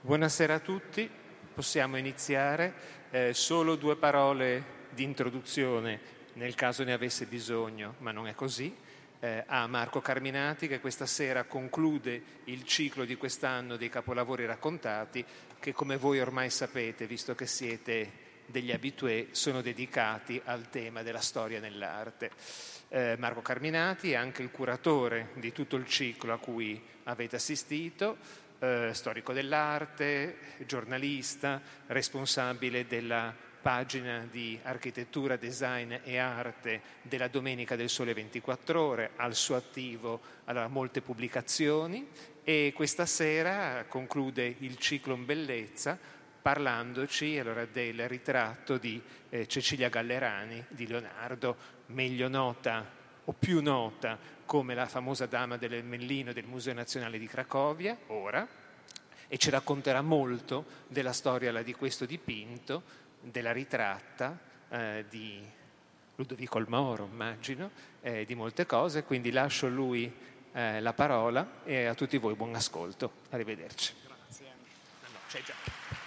Buonasera a tutti, possiamo iniziare. Solo 2 parole di introduzione, nel caso ne avesse bisogno, ma non è così, a Marco Carminati, che questa sera conclude il ciclo di quest'anno dei capolavori raccontati, che come voi ormai sapete, visto che siete degli habitué, sono dedicati al tema della storia nell'arte. Marco Carminati è anche il curatore di tutto il ciclo a cui avete assistito, storico dell'arte, giornalista, responsabile della pagina di architettura, design e arte della Domenica del Sole 24 Ore, al suo attivo molte pubblicazioni, e questa sera conclude il ciclo in bellezza parlandoci del ritratto di Cecilia Gallerani di Leonardo, meglio nota o più nota come la famosa Dama dell'Ermellino del Museo Nazionale di Cracovia, ora, e ci racconterà molto della storia di questo dipinto, della ritratta di Ludovico il Moro, immagino, di molte cose, quindi lascio a lui la parola e a tutti voi buon ascolto. Arrivederci. Grazie. No, c'è già.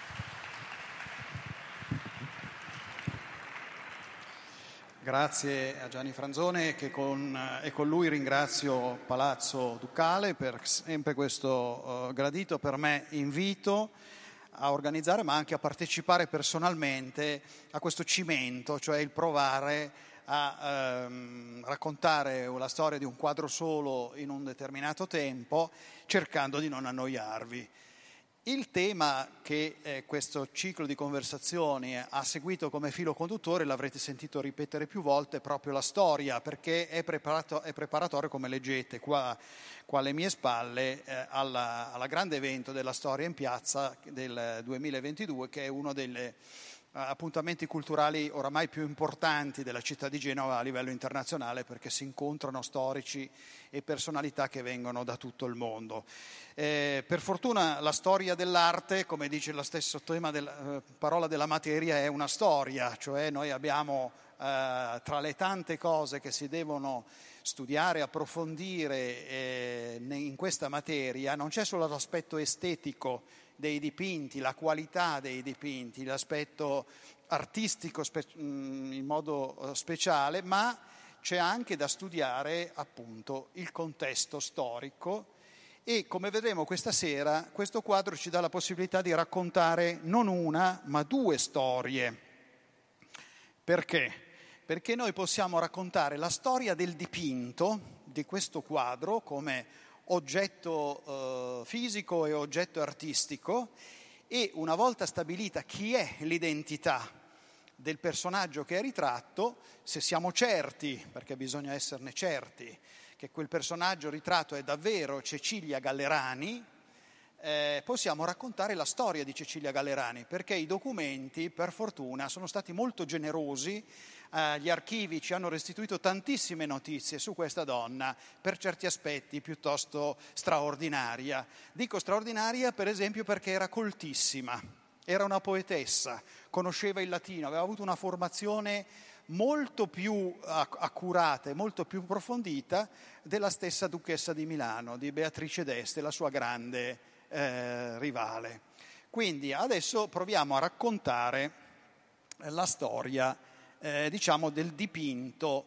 Grazie a Gianni Franzone e con lui ringrazio Palazzo Ducale per sempre questo gradito per me invito a organizzare ma anche a partecipare personalmente a questo cimento, cioè il provare a raccontare la storia di un quadro solo in un determinato tempo cercando di non annoiarvi. Il tema che questo ciclo di conversazioni ha seguito come filo conduttore, l'avrete sentito ripetere più volte, è proprio la storia, perché è preparatorio, come leggete qua alle mie spalle, alla grande evento della storia in piazza del 2022, che è uno degli appuntamenti culturali oramai più importanti della città di Genova a livello internazionale, perché si incontrano storici e personalità che vengono da tutto il mondo. Per fortuna la storia dell'arte, come dice lo stesso tema della parola della materia, è una storia, cioè noi abbiamo tra le tante cose che si devono studiare, approfondire in questa materia, non c'è solo l'aspetto estetico dei dipinti, la qualità dei dipinti, l'aspetto artistico in modo speciale, ma c'è anche da studiare appunto il contesto storico. E come vedremo questa sera, questo quadro ci dà la possibilità di raccontare non una, ma 2 storie. Perché? Perché noi possiamo raccontare la storia del dipinto, di questo quadro, come oggetto fisico e oggetto artistico, e una volta stabilita chi è l'identità del personaggio che è ritratto, se siamo certi, perché bisogna esserne certi, che quel personaggio ritratto è davvero Cecilia Gallerani, possiamo raccontare la storia di Cecilia Gallerani, perché i documenti, per fortuna, sono stati molto generosi. Gli archivi ci hanno restituito tantissime notizie su questa donna, per certi aspetti piuttosto straordinaria. Dico straordinaria per esempio perché era coltissima, era una poetessa, conosceva il latino, aveva avuto una formazione molto più accurata e molto più approfondita della stessa duchessa di Milano, di Beatrice d'Este, la sua grande rivale. Quindi adesso proviamo a raccontare la storia diciamo del dipinto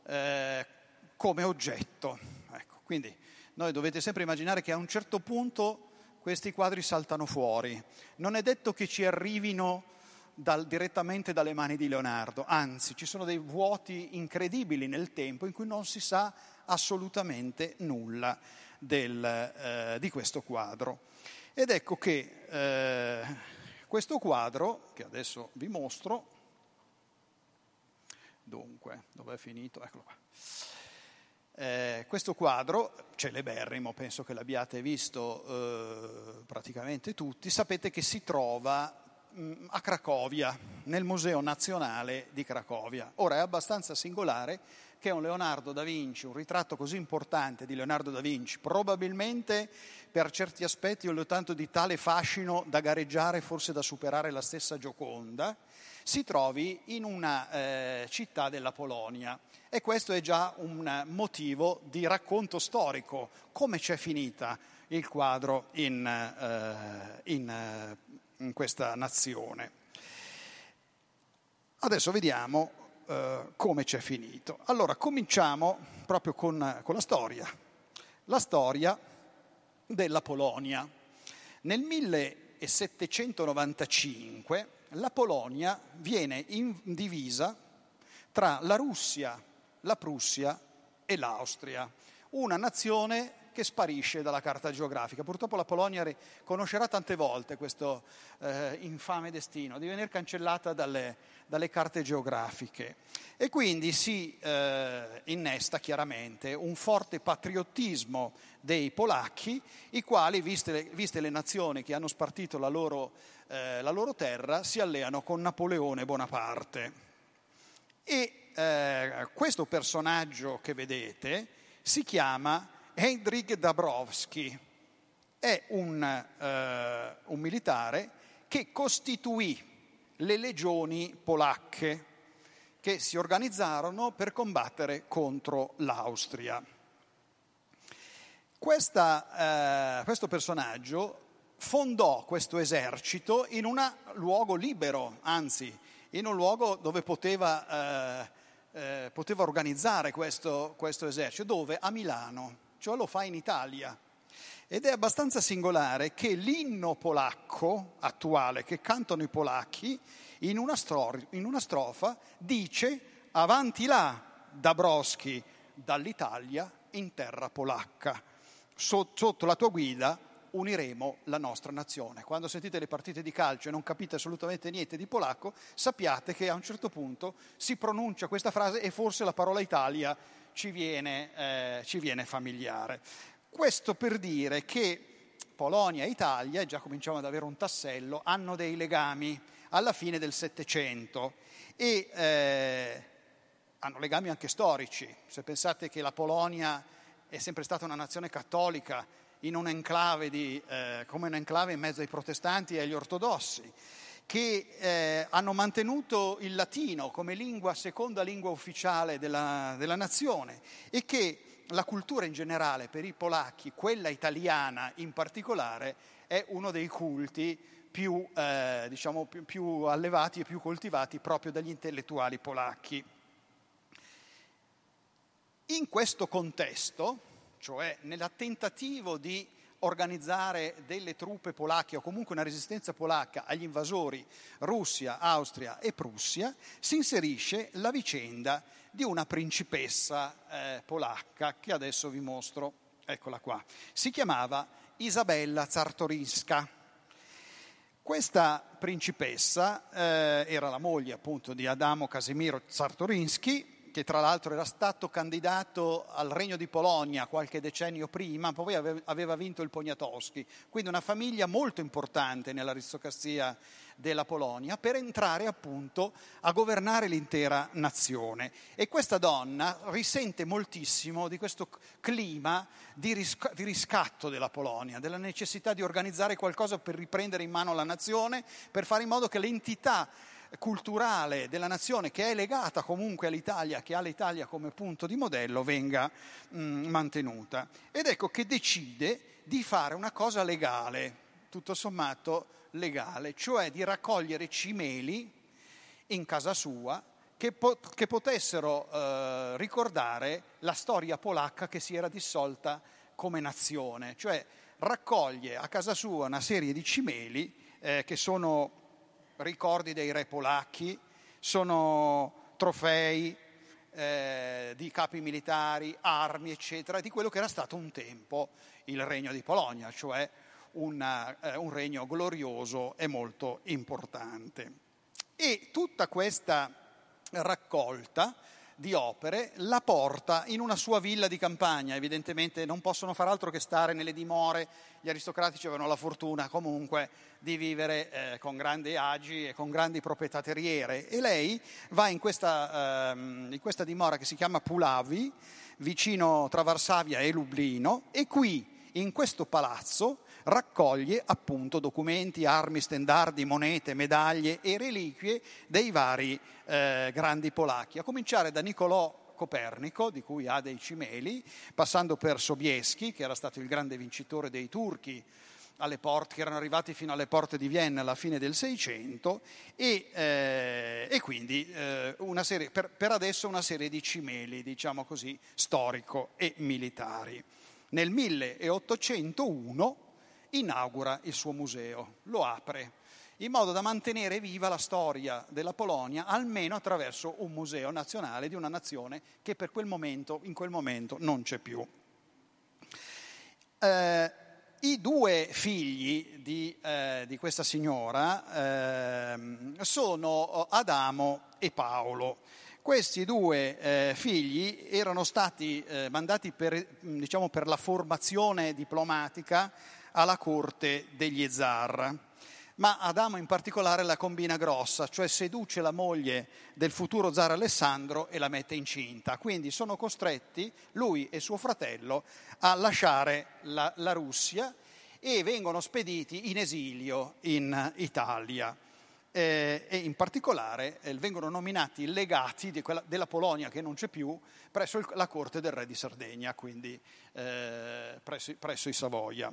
come oggetto. Ecco, quindi noi dovete sempre immaginare che a un certo punto questi quadri saltano fuori. Non è detto che ci arrivino direttamente dalle mani di Leonardo, anzi ci sono dei vuoti incredibili nel tempo in cui non si sa assolutamente nulla di questo quadro. Ed ecco che questo quadro, che adesso vi mostro, dunque, dov'è finito? Eccolo qua. Questo quadro, celeberrimo, penso che l'abbiate visto praticamente tutti, sapete che si trova a Cracovia, nel Museo Nazionale di Cracovia. Ora è abbastanza singolare che un Leonardo da Vinci, un ritratto così importante di Leonardo da Vinci, probabilmente per certi aspetti tanto di tale fascino da gareggiare, forse da superare la stessa Gioconda, si trovi in una città della Polonia. E questo è già un motivo di racconto storico. Come c'è finita il quadro in questa nazione. Adesso vediamo come c'è finito. Allora, cominciamo proprio con la storia. La storia della Polonia. Nel 1795 la Polonia viene divisa tra la Russia, la Prussia e l'Austria, una nazione che sparisce dalla carta geografica. Purtroppo la Polonia conoscerà tante volte questo infame destino di venire cancellata dalle carte geografiche, e quindi si innesta chiaramente un forte patriottismo dei polacchi, i quali, viste le nazioni che hanno spartito la loro terra, si alleano con Napoleone Bonaparte. E questo personaggio che vedete si chiama Heydrich Dąbrowski, è un militare che costituì le legioni polacche che si organizzarono per combattere contro l'Austria. Questo personaggio fondò questo esercito in un luogo libero, anzi in un luogo dove poteva organizzare questo esercito, dove? A Milano, cioè lo fa in Italia. Ed è abbastanza singolare che l'inno polacco attuale che cantano i polacchi in una strofa dice: avanti là, Dąbrowski, dall'Italia in terra polacca. Sotto la tua guida uniremo la nostra nazione. Quando sentite le partite di calcio e non capite assolutamente niente di polacco, sappiate che a un certo punto si pronuncia questa frase e forse la parola Italia ci viene familiare. Questo per dire che Polonia e Italia, e già cominciamo ad avere un tassello, hanno dei legami alla fine del Settecento e hanno legami anche storici. Se pensate che la Polonia è sempre stata una nazione cattolica, in un enclave come un enclave in mezzo ai protestanti e agli ortodossi, che hanno mantenuto il latino come seconda lingua ufficiale della nazione, e che la cultura in generale per i polacchi, quella italiana in particolare, è uno dei culti più allevati e più coltivati proprio dagli intellettuali polacchi. In questo contesto, cioè nel tentativo di organizzare delle truppe polacche o comunque una resistenza polacca agli invasori Russia, Austria e Prussia, si inserisce la vicenda di una principessa polacca che adesso vi mostro, eccola qua. Si chiamava Izabella Czartoryska. Questa principessa era la moglie appunto di Adamo Casimiro Czartoryski, che tra l'altro era stato candidato al Regno di Polonia qualche decennio prima, poi aveva vinto il Poniatowski, quindi una famiglia molto importante nell'aristocrazia della Polonia, per entrare appunto a governare l'intera nazione. E questa donna risente moltissimo di questo clima di riscatto della Polonia, della necessità di organizzare qualcosa per riprendere in mano la nazione, per fare in modo che l'entità culturale della nazione, che è legata comunque all'Italia, che ha l'Italia come punto di modello, venga mantenuta. Ed ecco che decide di fare una cosa legale, tutto sommato legale, cioè di raccogliere cimeli in casa sua che potessero ricordare la storia polacca che si era dissolta come nazione, cioè raccoglie a casa sua una serie di cimeli che sono ricordi dei re polacchi, sono trofei di capi militari, armi, eccetera, di quello che era stato un tempo il Regno di Polonia, cioè un regno glorioso e molto importante. E tutta questa raccolta di opere la porta in una sua villa di campagna. Evidentemente non possono far altro che stare nelle dimore, gli aristocratici avevano la fortuna comunque di vivere con grandi agi e con grandi proprietà terriere, e lei va in questa dimora che si chiama Puławy, vicino tra Varsavia e Lublino, e qui in questo palazzo raccoglie appunto documenti, armi, stendardi, monete, medaglie e reliquie dei vari grandi polacchi, a cominciare da Niccolò Copernico, di cui ha dei cimeli, passando per Sobieski, che era stato il grande vincitore dei turchi alle porte, che erano arrivati fino alle porte di Vienna alla fine del Seicento, e quindi una serie, per adesso una serie di cimeli, diciamo così, storico e militari. Nel 1801 inaugura il suo museo, lo apre, in modo da mantenere viva la storia della Polonia, almeno attraverso un museo nazionale di una nazione che in quel momento non c'è più. I due figli di questa signora sono Adamo e Paolo. Questi due figli erano stati mandati per la formazione diplomatica alla corte degli zar, ma Adamo in particolare la combina grossa, cioè seduce la moglie del futuro zar Alessandro e la mette incinta. Quindi sono costretti, lui e suo fratello, a lasciare la Russia e vengono spediti in esilio in Italia. E in particolare vengono nominati legati della Polonia, che non c'è più, presso la corte del re di Sardegna, quindi presso i Savoia.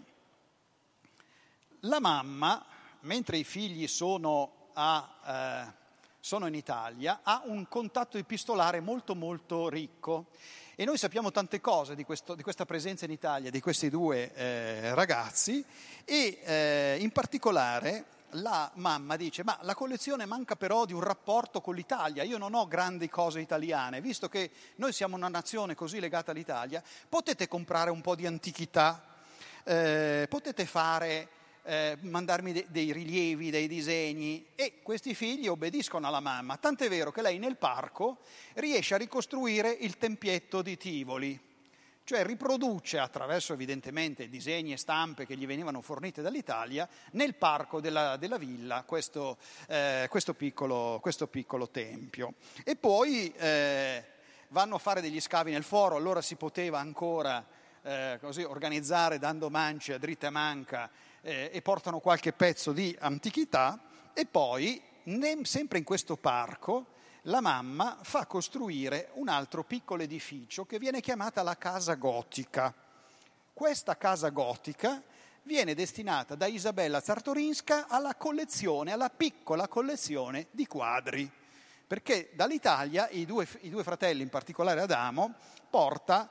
La mamma, mentre i figli sono in Italia, ha un contatto epistolare molto molto ricco, e noi sappiamo tante cose di questa presenza in Italia di questi due ragazzi, e in particolare la mamma dice: ma la collezione manca però di un rapporto con l'Italia, io non ho grandi cose italiane, visto che noi siamo una nazione così legata all'Italia, potete comprare un po' di antichità, potete mandarmi dei rilievi, dei disegni. E questi figli obbediscono alla mamma, tant'è vero che lei nel parco riesce a ricostruire il tempietto di Tivoli, cioè riproduce attraverso evidentemente disegni e stampe che gli venivano fornite dall'Italia nel parco della villa questo piccolo tempio. E poi vanno a fare degli scavi nel foro, allora si poteva ancora così organizzare dando mance a dritta e manca, e portano qualche pezzo di antichità. E poi, sempre in questo parco, la mamma fa costruire un altro piccolo edificio che viene chiamata la Casa Gotica. Questa Casa Gotica viene destinata da Isabella Czartoryska alla piccola collezione di quadri, perché dall'Italia i due fratelli, in particolare Adamo, porta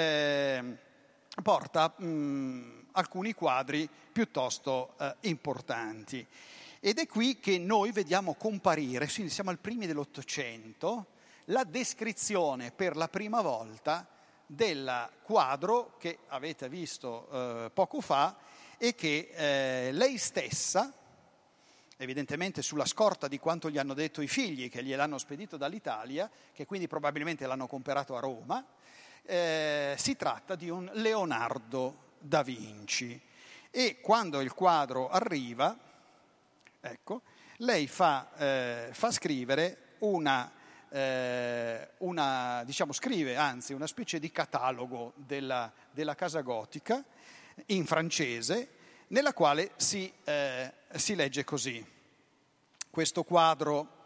alcuni quadri piuttosto importanti. Ed è qui che noi vediamo comparire, siamo al primi dell'Ottocento, la descrizione per la prima volta del quadro che avete visto poco fa, e che lei stessa, evidentemente sulla scorta di quanto gli hanno detto i figli che gliel'hanno spedito dall'Italia, che quindi probabilmente l'hanno comprato a Roma, si tratta di un Leonardo da Vinci. E quando il quadro arriva, ecco, lei fa scrivere scrive una specie di catalogo della Casa Gotica in francese, nella quale si legge così: questo quadro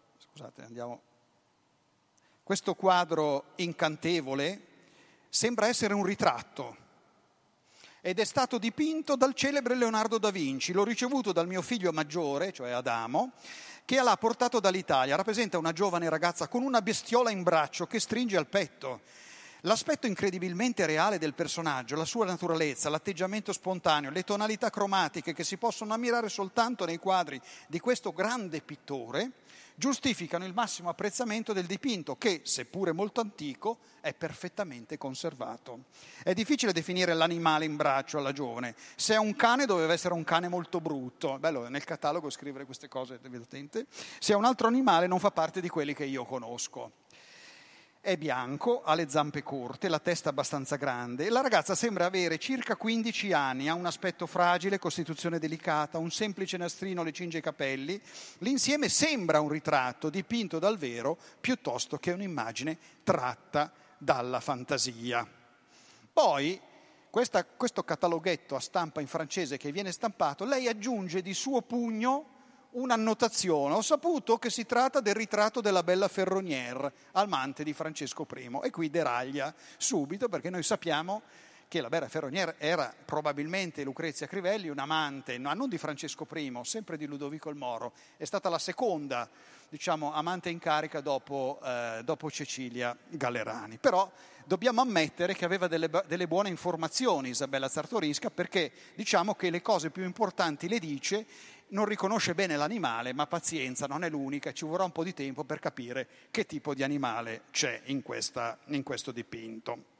incantevole sembra essere un ritratto ed è stato dipinto dal celebre Leonardo da Vinci. L'ho ricevuto dal mio figlio maggiore, cioè Adamo, che l'ha portato dall'Italia. Rappresenta una giovane ragazza con una bestiola in braccio che stringe al petto. L'aspetto incredibilmente reale del personaggio, la sua naturalezza, l'atteggiamento spontaneo, le tonalità cromatiche che si possono ammirare soltanto nei quadri di questo grande pittore, giustificano il massimo apprezzamento del dipinto che, seppure molto antico, è perfettamente conservato. È difficile definire l'animale in braccio alla giovane. Se è un cane, doveva essere un cane molto brutto. Bello nel catalogo scrivere queste cose, evidente. Se è un altro animale, non fa parte di quelli che io conosco. È bianco, ha le zampe corte, la testa abbastanza grande. La ragazza sembra avere circa 15 anni, ha un aspetto fragile, costituzione delicata, un semplice nastrino le cinge i capelli. L'insieme sembra un ritratto dipinto dal vero piuttosto che un'immagine tratta dalla fantasia. Poi, questo cataloghetto a stampa in francese che viene stampato, lei aggiunge di suo pugno un'annotazione. Ho saputo che si tratta del ritratto della bella Ferronière, amante di Francesco I, e qui deraglia subito, perché noi sappiamo che la bella Ferronière era probabilmente Lucrezia Crivelli, un'amante, non di Francesco I, sempre di Ludovico il Moro, è stata la seconda, diciamo, amante in carica dopo Cecilia Gallerani. Però dobbiamo ammettere che aveva delle buone informazioni Isabella Czartoryska, perché diciamo che le cose più importanti le dice, non riconosce bene l'animale, ma pazienza, non è l'unica, ci vorrà un po' di tempo per capire che tipo di animale c'è in questo dipinto.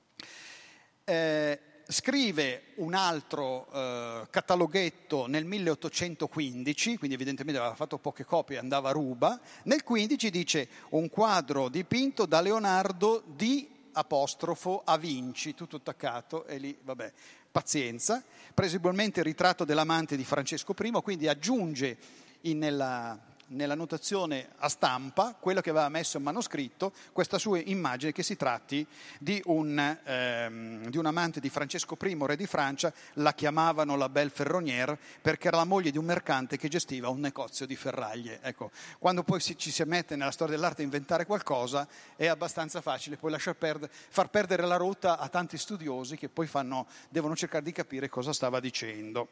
Scrive un altro cataloghetto nel 1815, quindi evidentemente aveva fatto poche copie, andava a ruba. Nel 15 dice un quadro dipinto da Leonardo di apostrofo a Vinci, tutto attaccato, e lì vabbè, pazienza. Presumibilmente il ritratto dell'amante di Francesco I, quindi aggiunge nella notazione a stampa quello che aveva messo in manoscritto, questa sua immagine che si tratti di un amante di Francesco I, re di Francia. La chiamavano la belle Ferronière perché era la moglie di un mercante che gestiva un negozio di ferraglie. Ecco, quando poi ci si mette nella storia dell'arte a inventare qualcosa è abbastanza facile poi far perdere la rotta a tanti studiosi che poi devono cercare di capire cosa stava dicendo.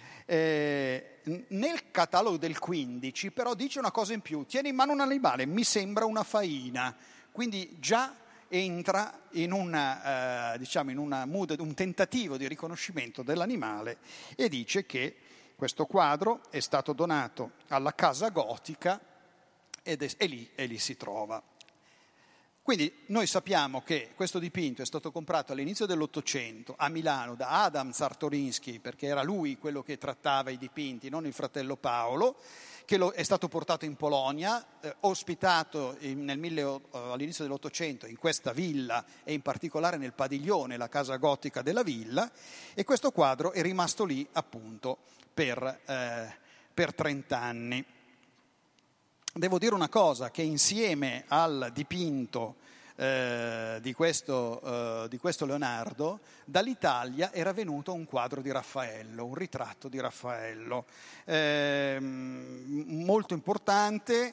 Nel catalogo del 15 però dice una cosa in più: tiene in mano un animale, mi sembra una faina, quindi già entra in una mood, un tentativo di riconoscimento dell'animale, e dice che questo quadro è stato donato alla Casa Gotica e lì si trova. Quindi noi sappiamo che questo dipinto è stato comprato all'inizio dell'Ottocento a Milano da Adam Czartoryski, perché era lui quello che trattava i dipinti, non il fratello Paolo, che è stato portato in Polonia, ospitato all'inizio dell'Ottocento in questa villa e in particolare nel padiglione, la casa gotica della villa, e questo quadro è rimasto lì appunto per 30 anni. Devo dire una cosa, che insieme al dipinto di questo Leonardo, dall'Italia era venuto un quadro di Raffaello, un ritratto di Raffaello, molto importante,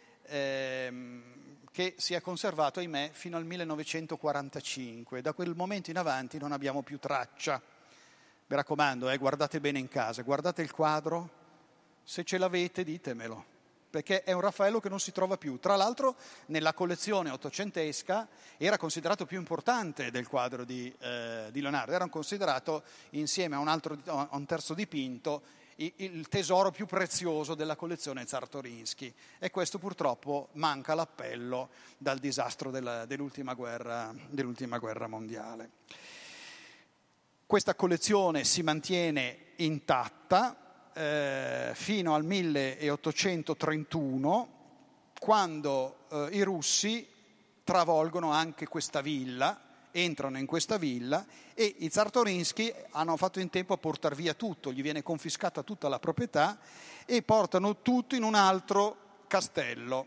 che si è conservato, ahimè, fino al 1945. Da quel momento in avanti non abbiamo più traccia. Mi raccomando, guardate bene in casa, guardate il quadro, se ce l'avete ditemelo, perché è un Raffaello che non si trova più. Tra l'altro nella collezione ottocentesca era considerato più importante del quadro di Leonardo, era considerato insieme a un terzo dipinto il tesoro più prezioso della collezione Czartoryski, e questo purtroppo manca l'appello dal disastro dell'ultima guerra mondiale. Questa collezione si mantiene intatta fino al 1831, quando i russi travolgono anche questa villa, entrano in questa villa, e i Czartoryski hanno fatto in tempo a portare via tutto, gli viene confiscata tutta la proprietà e portano tutto in un altro castello.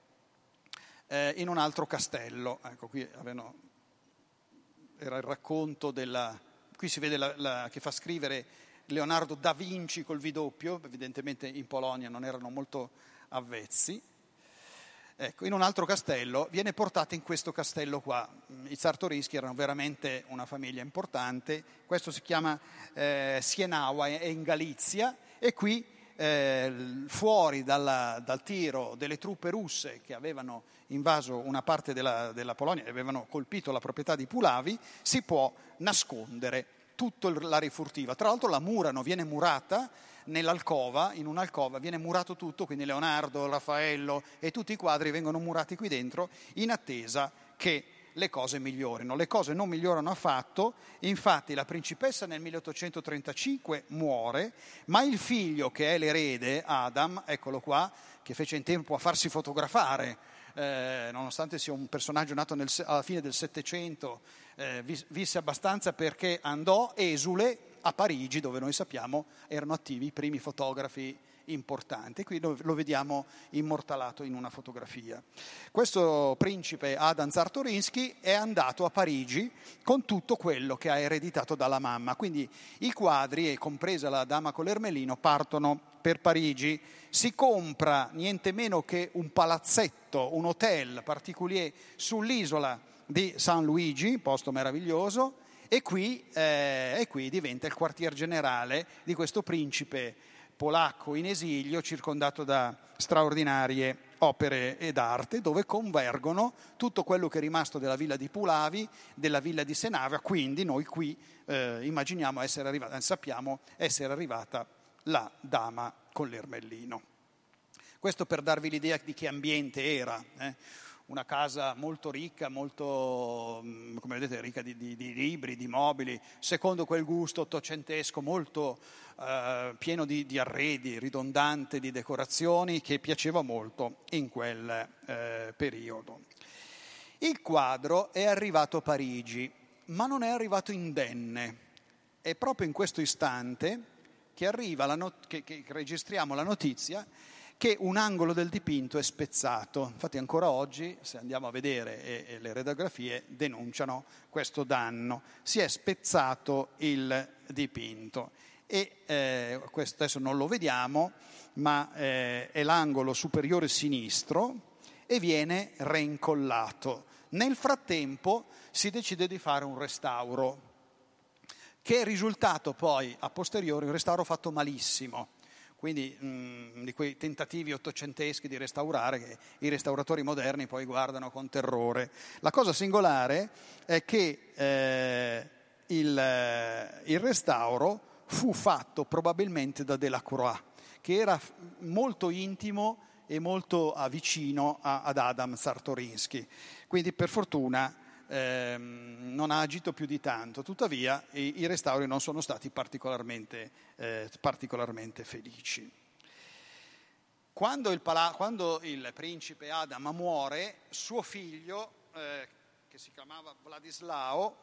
Ecco, qui era il racconto qui si vede che fa scrivere Leonardo da Vinci col V doppio, evidentemente in Polonia non erano molto avvezzi. Ecco, in un altro castello, viene portato in questo castello qua. I Czartoryski erano veramente una famiglia importante. Questo si chiama Sienaua, è in Galizia, e qui fuori dal tiro delle truppe russe che avevano invaso una parte della Polonia e avevano colpito la proprietà di Puławy, si può nascondere tutta l'area furtiva. Tra l'altro la murano, viene murata nell'alcova, in un'alcova viene murato tutto, quindi Leonardo, Raffaello e tutti i quadri vengono murati qui dentro in attesa che le cose migliorino. Le cose non migliorano affatto, infatti la principessa nel 1835 muore, ma il figlio che è l'erede, Adam, eccolo qua, che fece in tempo a farsi fotografare, nonostante sia un personaggio nato alla fine del Settecento, visse abbastanza perché andò esule a Parigi, dove noi sappiamo erano attivi i primi fotografi importanti. Qui lo vediamo immortalato in una fotografia. Questo principe Adam Czartoryski è andato a Parigi con tutto quello che ha ereditato dalla mamma, quindi i quadri, e compresa la Dama con l'Ermelino, partono per Parigi, si compra niente meno che un palazzetto, un hotel particulier sull'isola di San Luigi, posto meraviglioso, e qui diventa il quartier generale di questo principe polacco in esilio, circondato da straordinarie opere d'arte, dove convergono tutto quello che è rimasto della villa di Puławy, della villa di Senavia. Quindi noi qui immaginiamo sappiamo essere arrivata la dama con l'ermellino. Questo per darvi l'idea di che ambiente era. Una casa molto ricca, molto, come vedete, ricca di libri, di mobili, secondo quel gusto ottocentesco, molto pieno di arredi, ridondante di decorazioni, che piaceva molto in quel periodo. Il quadro è arrivato a Parigi, ma non è arrivato indenne. È proprio in questo istante che arriva che registriamo la notizia che un angolo del dipinto è spezzato. Infatti ancora oggi, se andiamo a vedere e le radiografie denunciano questo danno. Si è spezzato il dipinto e questo adesso non lo vediamo, ma è l'angolo superiore sinistro e viene reincollato. Nel frattempo si decide di fare un restauro, che è risultato poi a posteriori un restauro fatto malissimo. Quindi di quei tentativi ottocenteschi di restaurare che i restauratori moderni poi guardano con terrore. La cosa singolare è che il restauro fu fatto probabilmente da Delacroix, che era molto intimo e molto vicino ad Adam Czartoryski. Quindi per fortuna non ha agito più di tanto, tuttavia i restauri non sono stati particolarmente felici. Quando il principe Adam muore, suo figlio, che si chiamava Vladislao,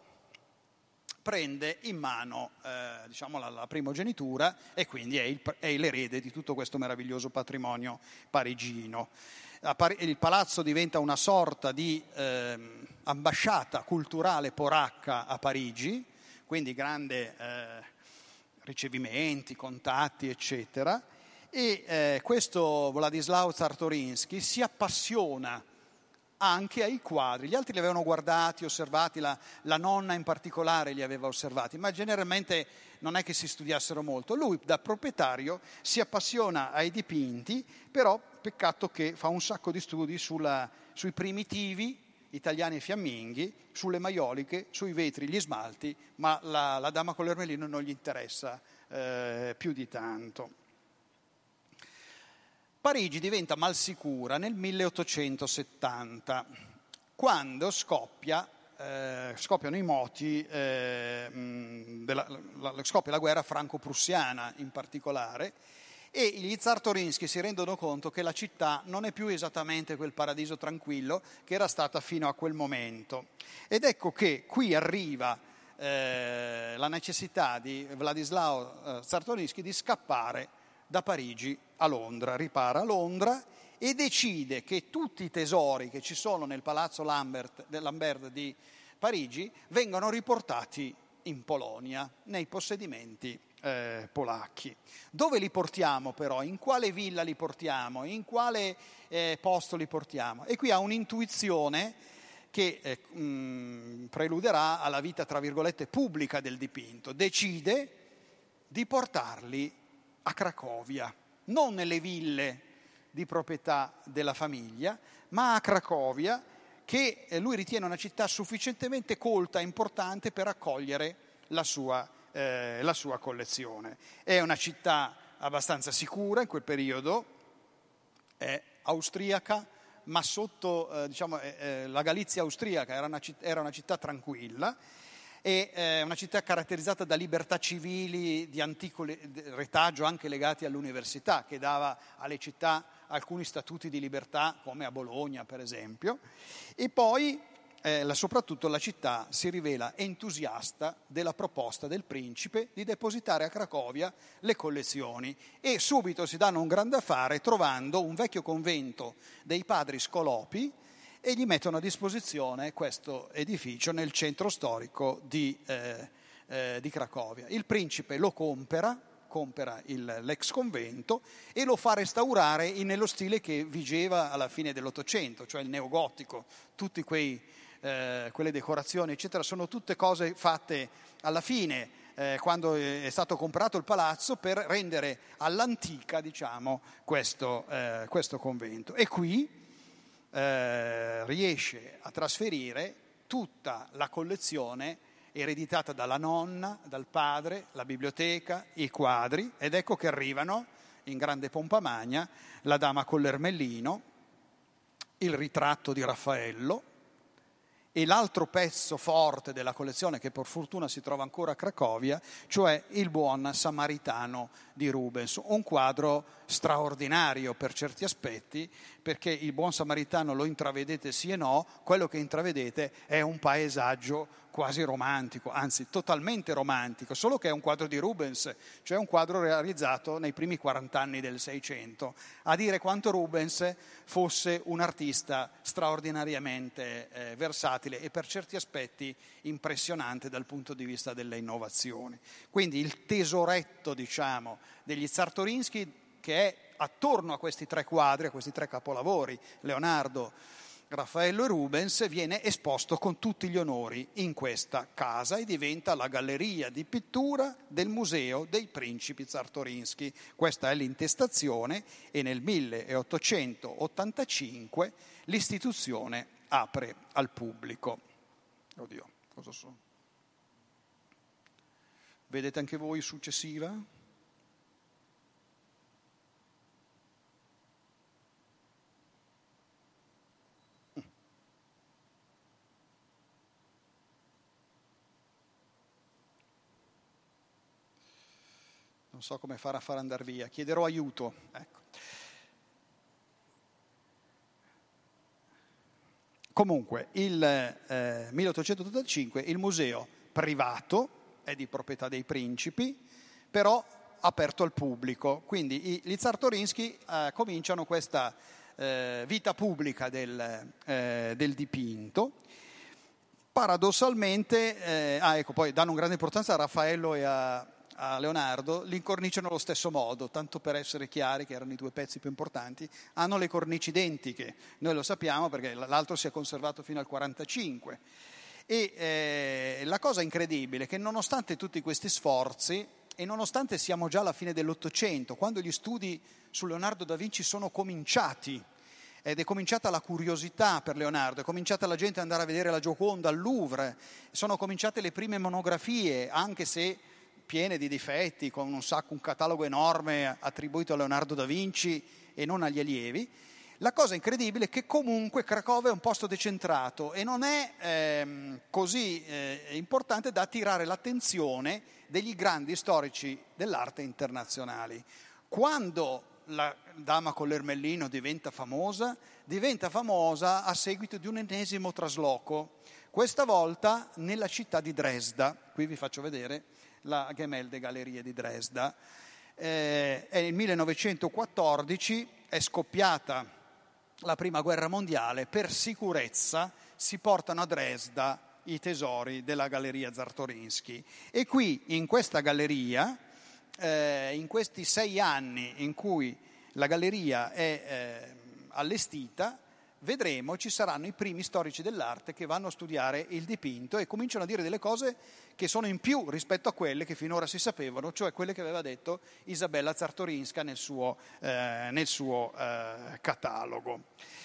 prende in mano la primogenitura e quindi è l'erede di tutto questo meraviglioso patrimonio parigino. Il palazzo diventa una sorta di ambasciata culturale polacca a Parigi, quindi grande ricevimenti, contatti, eccetera. E questo Władysław Czartoryski si appassiona anche ai quadri. Gli altri li avevano guardati, osservati, la nonna in particolare li aveva osservati, ma generalmente non è che si studiassero molto. Lui, da proprietario, si appassiona ai dipinti, però peccato che fa un sacco di studi sui primitivi italiani e fiamminghi, sulle maioliche, sui vetri, gli smalti, ma la dama con l'ermellino non gli interessa più di tanto. Parigi diventa malsicura nel 1870, quando scoppiano i moti, scoppia la guerra franco-prussiana in particolare, e gli Czartoryski si rendono conto che la città non è più esattamente quel paradiso tranquillo che era stata fino a quel momento. Ed ecco che qui arriva la necessità di Władysław Czartoryski di scappare da Parigi a Londra. Ripara a Londra e decide che tutti i tesori che ci sono nel palazzo Lambert di Parigi vengano riportati in Polonia, nei possedimenti polacchi. Dove li portiamo però? In quale villa li portiamo? In quale posto li portiamo? E qui ha un'intuizione che preluderà alla vita, tra virgolette, pubblica del dipinto. Decide di portarli a Cracovia, non nelle ville di proprietà della famiglia, ma a Cracovia, che lui ritiene una città sufficientemente colta e importante per accogliere la sua collezione. È una città abbastanza sicura in quel periodo, è austriaca, ma sotto la Galizia austriaca era una città tranquilla. È una città caratterizzata da libertà civili di antico retaggio, anche legati all'università, che dava alle città alcuni statuti di libertà, come a Bologna per esempio. E poi soprattutto la città si rivela entusiasta della proposta del principe di depositare a Cracovia le collezioni, e subito si danno un grande affare trovando un vecchio convento dei padri Scolopi e gli mettono a disposizione questo edificio nel centro storico di Cracovia. Il principe lo compra compra l'ex convento e lo fa restaurare nello stile che vigeva alla fine dell'Ottocento, cioè il neogotico. Tutti quelle decorazioni, eccetera, sono tutte cose fatte alla fine, quando è stato comprato il palazzo, per rendere all'antica, diciamo, questo convento. E qui riesce a trasferire tutta la collezione ereditata dalla nonna, dal padre, la biblioteca, i quadri, ed ecco che arrivano in grande pompa magna la Dama con l'Ermellino, il ritratto di Raffaello e l'altro pezzo forte della collezione, che per fortuna si trova ancora a Cracovia, cioè il Buon Samaritano di Rubens, un quadro straordinario per certi aspetti, perché il Buon Samaritano lo intravedete sì e no, quello che intravedete è un paesaggio quasi romantico, anzi totalmente romantico, solo che è un quadro di Rubens, cioè un quadro realizzato nei primi 40 anni del Seicento, a dire quanto Rubens fosse un artista straordinariamente versatile e per certi aspetti impressionante dal punto di vista delle innovazioni. Quindi il tesoretto, diciamo, degli Czartoryski, che è attorno a questi tre quadri, a questi tre capolavori, Leonardo, Raffaello e Rubens, viene esposto con tutti gli onori in questa casa e diventa la galleria di pittura del Museo dei Principi Czartoryski. Questa è l'intestazione e nel 1885 l'istituzione apre al pubblico. Oddio, cosa sono? Vedete anche voi successiva? Non so come far andare via, chiederò aiuto. Ecco. Comunque, il 1885 il museo privato è di proprietà dei principi, però aperto al pubblico. Quindi gli Czartoryski cominciano questa vita pubblica del dipinto. Paradossalmente, ecco, poi danno grande importanza a Raffaello e a Leonardo, li incorniciano allo stesso modo, tanto per essere chiari che erano i due pezzi più importanti, hanno le cornici identiche, noi lo sappiamo perché l'altro si è conservato fino al 45 e la cosa incredibile è che nonostante tutti questi sforzi e nonostante siamo già alla fine dell'Ottocento, quando gli studi su Leonardo da Vinci sono cominciati ed è cominciata la curiosità per Leonardo, è cominciata la gente ad andare a vedere la Gioconda al Louvre, sono cominciate le prime monografie, anche se piene di difetti, con un catalogo enorme attribuito a Leonardo da Vinci e non agli allievi. La cosa incredibile è che comunque Cracovia è un posto decentrato e non è così importante da attirare l'attenzione degli grandi storici dell'arte internazionali. Quando la Dama con l'Ermellino diventa famosa a seguito di un ennesimo trasloco, questa volta nella città di Dresda. Qui vi faccio vedere la Gemälde Gallerie di Dresda. È nel 1914, è scoppiata la prima guerra mondiale, per sicurezza si portano a Dresda i tesori della Galleria Czartoryski e qui in questa galleria, in questi 6 anni in cui la galleria è allestita, vedremo, ci saranno i primi storici dell'arte che vanno a studiare il dipinto e cominciano a dire delle cose che sono in più rispetto a quelle che finora si sapevano, cioè quelle che aveva detto Isabella Czartoryska nel suo catalogo.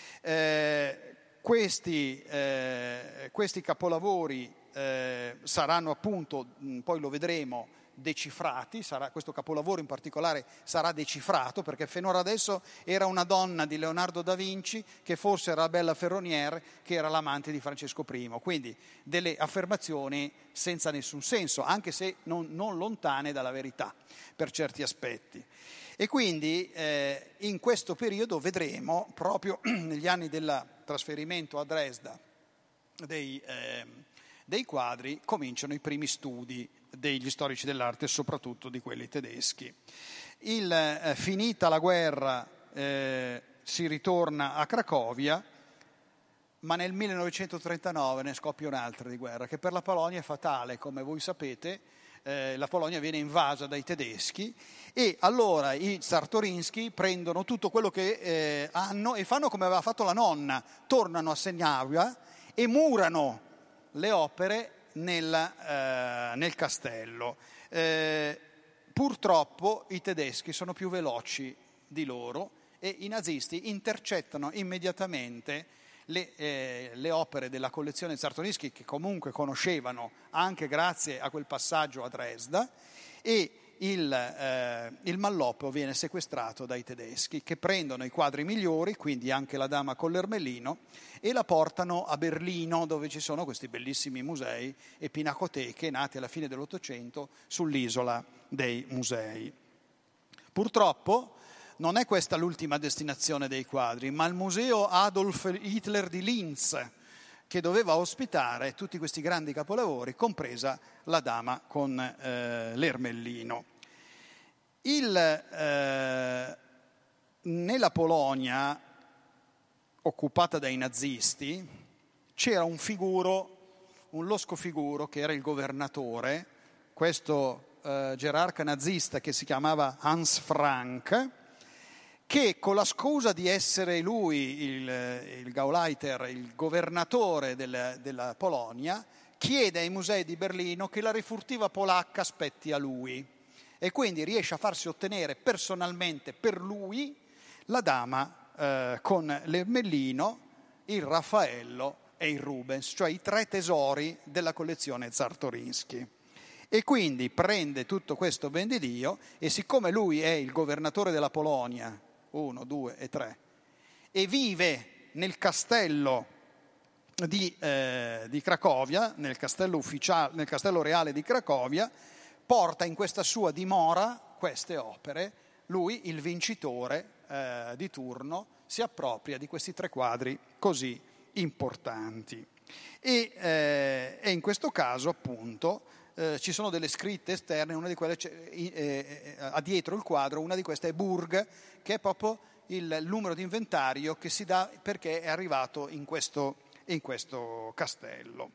Questi capolavori saranno appunto, poi lo vedremo, decifrati, questo capolavoro in particolare sarà decifrato perché finora adesso era una donna di Leonardo da Vinci che forse era la bella Ferronier che era l'amante di Francesco I, quindi delle affermazioni senza nessun senso, anche se non lontane dalla verità per certi aspetti. E quindi in questo periodo vedremo, proprio negli anni del trasferimento a Dresda dei quadri, cominciano i primi studi degli storici dell'arte, soprattutto di quelli tedeschi. Finita la guerra si ritorna a Cracovia, ma nel 1939 ne scoppia un'altra di guerra che per la Polonia è fatale, come voi sapete. la Polonia viene invasa dai tedeschi e allora i Czartoryskij prendono tutto quello che hanno e fanno come aveva fatto la nonna, tornano a Seniavia e murano le opere nel castello. Purtroppo i tedeschi sono più veloci di loro e i nazisti intercettano immediatamente le opere della collezione Czartoryskij, che comunque conoscevano anche grazie a quel passaggio a Dresda, e il Malloppo viene sequestrato dai tedeschi, che prendono i quadri migliori, quindi anche la Dama con l'Ermellino, e la portano a Berlino, dove ci sono questi bellissimi musei e pinacoteche nati alla fine dell'Ottocento sull'isola dei musei. Purtroppo non è questa l'ultima destinazione dei quadri, ma il museo Adolf Hitler di Linz, che doveva ospitare tutti questi grandi capolavori, compresa la Dama con l'Ermellino. Nella Polonia occupata dai nazisti c'era un losco figuro che era il governatore, questo gerarca nazista che si chiamava Hans Frank, che con la scusa di essere lui il Gauleiter, il governatore della Polonia, chiede ai musei di Berlino che la rifurtiva polacca spetti a lui e quindi riesce a farsi ottenere personalmente per lui la Dama con l'Ermellino, il Raffaello e il Rubens, cioè i 3 tesori della collezione Czartoryskij. E quindi prende tutto questo ben di Dio e siccome lui è il governatore della Polonia, 1, 2 e 3, e vive nel castello di Cracovia, nel castello reale di Cracovia, porta in questa sua dimora queste opere. Lui, il vincitore di turno, si appropria di questi 3 quadri così importanti. E in questo caso, appunto, ci sono delle scritte esterne, una di quelle ha dietro il quadro, una di queste è Burg, che è proprio il numero di inventario che si dà perché è arrivato in questo castello.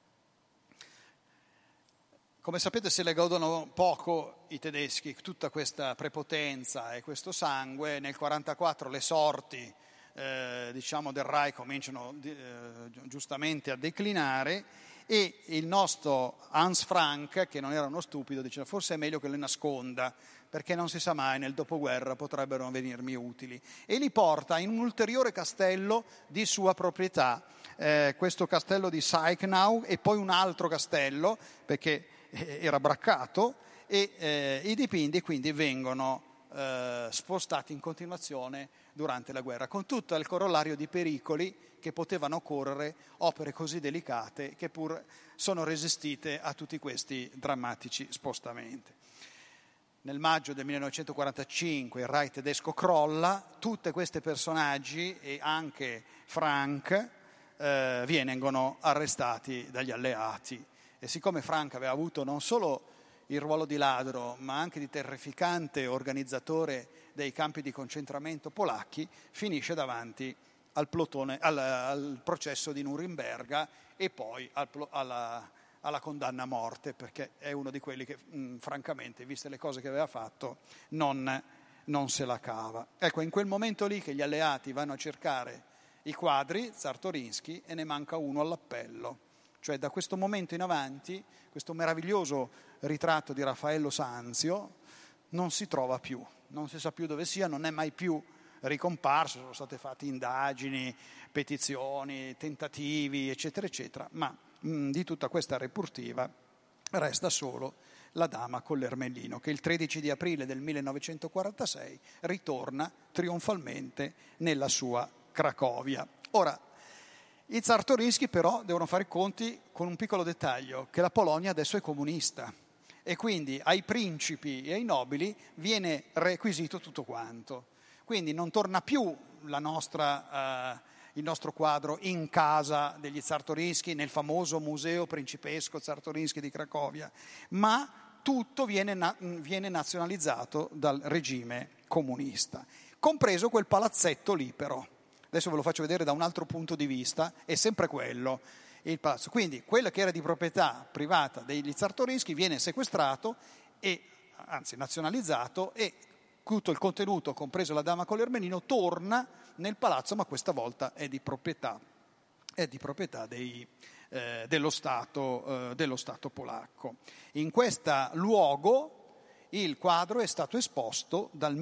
Come sapete se ne godono poco i tedeschi, tutta questa prepotenza e questo sangue. Nel 1944 le sorti del Reich cominciano giustamente a declinare e il nostro Hans Frank, che non era uno stupido, diceva forse è meglio che le nasconda perché non si sa mai, nel dopoguerra potrebbero venirmi utili, e li porta in un ulteriore castello di sua proprietà, questo castello di Seichnau e poi un altro castello perché era braccato e i dipinti quindi vengono spostati in continuazione durante la guerra, con tutto il corollario di pericoli che potevano correre opere così delicate che pur sono resistite a tutti questi drammatici spostamenti. Nel maggio del 1945 il Reich tedesco crolla, tutti questi personaggi e anche Frank vengono arrestati dagli alleati e siccome Frank aveva avuto non solo il ruolo di ladro ma anche di terrificante organizzatore dei campi di concentramento polacchi, finisce davanti al processo di Norimberga e poi alla condanna a morte, perché è uno di quelli che francamente, viste le cose che aveva fatto, non se la cava. Ecco, in quel momento lì che gli alleati vanno a cercare i quadri Czartoryskij e ne manca uno all'appello. Cioè da questo momento in avanti questo meraviglioso ritratto di Raffaello Sanzio non si trova più, non si sa più dove sia, non è mai più ricomparso, sono state fatte indagini, petizioni, tentativi, eccetera, eccetera, ma di tutta questa repurtiva resta solo la Dama con l'Ermellino, che il 13 di aprile del 1946 ritorna trionfalmente nella sua Cracovia. Ora, i Czartoryskij però devono fare i conti con un piccolo dettaglio, che la Polonia adesso è comunista e quindi ai principi e ai nobili viene requisito tutto quanto. Quindi non torna più il nostro quadro in casa degli Czartoryskij, nel famoso museo principesco Czartoryskij di Cracovia, ma tutto viene nazionalizzato dal regime comunista, compreso quel palazzetto lì però. Adesso ve lo faccio vedere da un altro punto di vista, è sempre quello. il palazzo. Quindi quello che era di proprietà privata degli Czartoryskij viene sequestrato e, anzi nazionalizzato, e tutto il contenuto, compreso la dama con l'ermelino, torna nel palazzo, ma questa volta è di proprietà dello Stato polacco. In questo luogo il quadro è stato esposto dal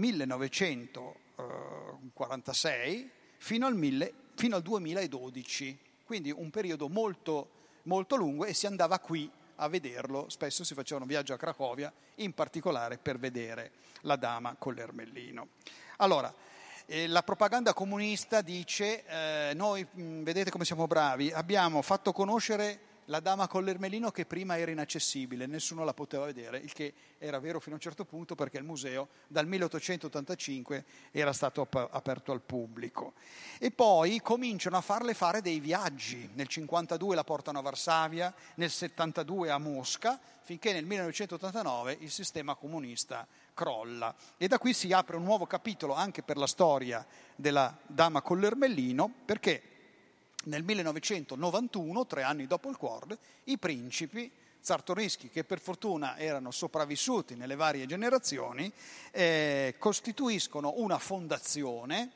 1946 fino al 2012, quindi un periodo molto, molto lungo, e si andava qui a vederlo. Spesso si faceva un viaggio a Cracovia, in particolare per vedere la dama con l'ermellino. Allora, la propaganda comunista dice, noi vedete come siamo bravi, abbiamo fatto conoscere la dama con l'ermellino che prima era inaccessibile, nessuno la poteva vedere, il che era vero fino a un certo punto, perché il museo dal 1885 era stato aperto al pubblico. E poi cominciano a farle fare dei viaggi, nel 52 la portano a Varsavia, nel 72 a Mosca, finché nel 1989 il sistema comunista crolla. E da qui si apre un nuovo capitolo anche per la storia della dama con l'ermellino, perché nel 1991, 3 anni dopo il quad, i principi Czartoryskij, che per fortuna erano sopravvissuti nelle varie generazioni, costituiscono una fondazione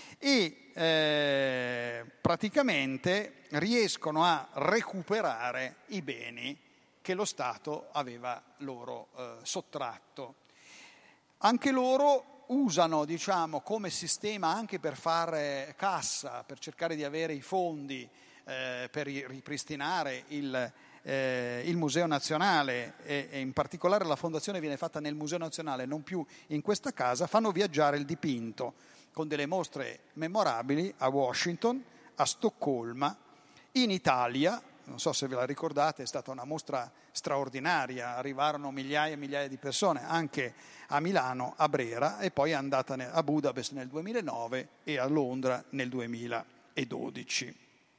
e praticamente riescono a recuperare i beni che lo Stato aveva loro sottratto. Anche loro usano, diciamo, come sistema anche per fare cassa, per cercare di avere i fondi per ripristinare il Museo Nazionale, e in particolare la fondazione viene fatta nel Museo Nazionale, non più in questa casa. Fanno viaggiare il dipinto con delle mostre memorabili a Washington, a Stoccolma, in Italia. Non so se ve la ricordate, è stata una mostra straordinaria, arrivarono migliaia e migliaia di persone, anche a Milano, a Brera, e poi è andata a Budapest nel 2009 e a Londra nel 2012.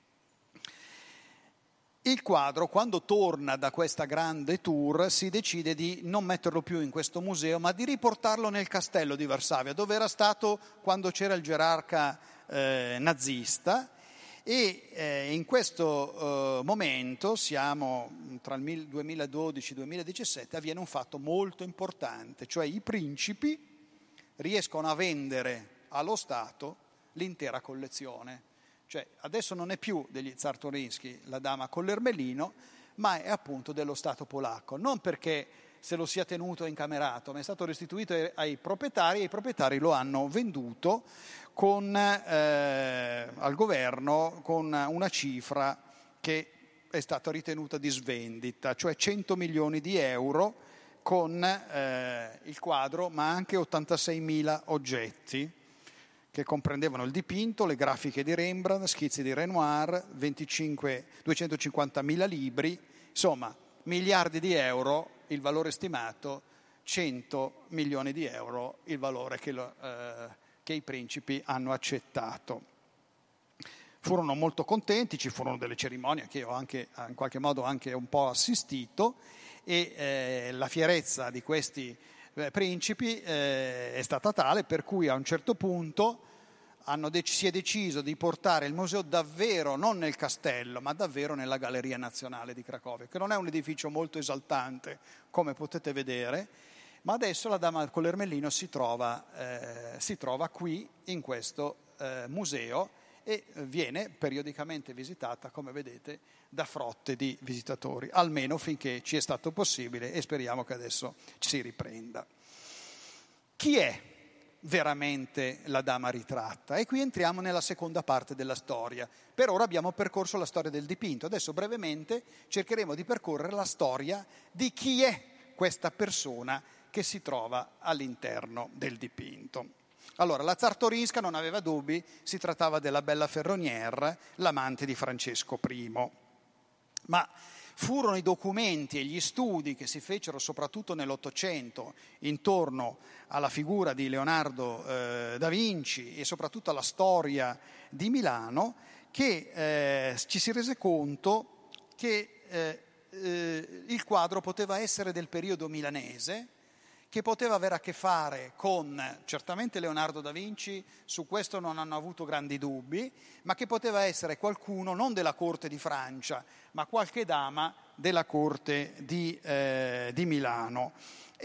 Il quadro, quando torna da questa grande tour, si decide di non metterlo più in questo museo, ma di riportarlo nel castello di Varsavia, dove era stato quando c'era il gerarca nazista. E in questo momento, siamo tra il 2012 e il 2017, avviene un fatto molto importante, cioè i principi riescono a vendere allo Stato l'intera collezione. Cioè adesso non è più degli Czartoryskij la dama con l'ermellino, ma è appunto dello Stato polacco, non perché se lo sia tenuto incamerato, ma è stato restituito ai proprietari, e i proprietari lo hanno venduto al governo con una cifra che è stata ritenuta di svendita, cioè 100 milioni di euro con il quadro, ma anche 86.000 oggetti che comprendevano il dipinto, le grafiche di Rembrandt, schizzi di Renoir, 250.000 libri, insomma miliardi di euro il valore stimato, 100 milioni di euro il valore che i principi hanno accettato. Furono molto contenti, ci furono delle cerimonie che io anche in qualche modo anche un po' assistito, e la fierezza di questi principi è stata tale per cui a un certo punto si è deciso di portare il museo davvero non nel castello, ma davvero nella Galleria Nazionale di Cracovia, che non è un edificio molto esaltante, come potete vedere, ma adesso la dama con l'ermellino si trova qui in questo museo, e viene periodicamente visitata, come vedete, da frotte di visitatori, almeno finché ci è stato possibile, e speriamo che adesso si riprenda. Chi è veramente la dama ritratta? E qui entriamo nella seconda parte della storia. Per ora abbiamo percorso la storia del dipinto, adesso brevemente cercheremo di percorrere la storia di chi è questa persona che si trova all'interno del dipinto. Allora, la Czartoryska non aveva dubbi, si trattava della bella Ferronière, l'amante di Francesco I. Ma furono i documenti e gli studi che si fecero soprattutto nell'Ottocento intorno alla figura di Leonardo da Vinci e soprattutto alla storia di Milano che ci si rese conto che il quadro poteva essere del periodo milanese, che poteva avere a che fare con, certamente Leonardo da Vinci, su questo non hanno avuto grandi dubbi, ma che poteva essere qualcuno non della corte di Francia, ma qualche dama della corte di Milano.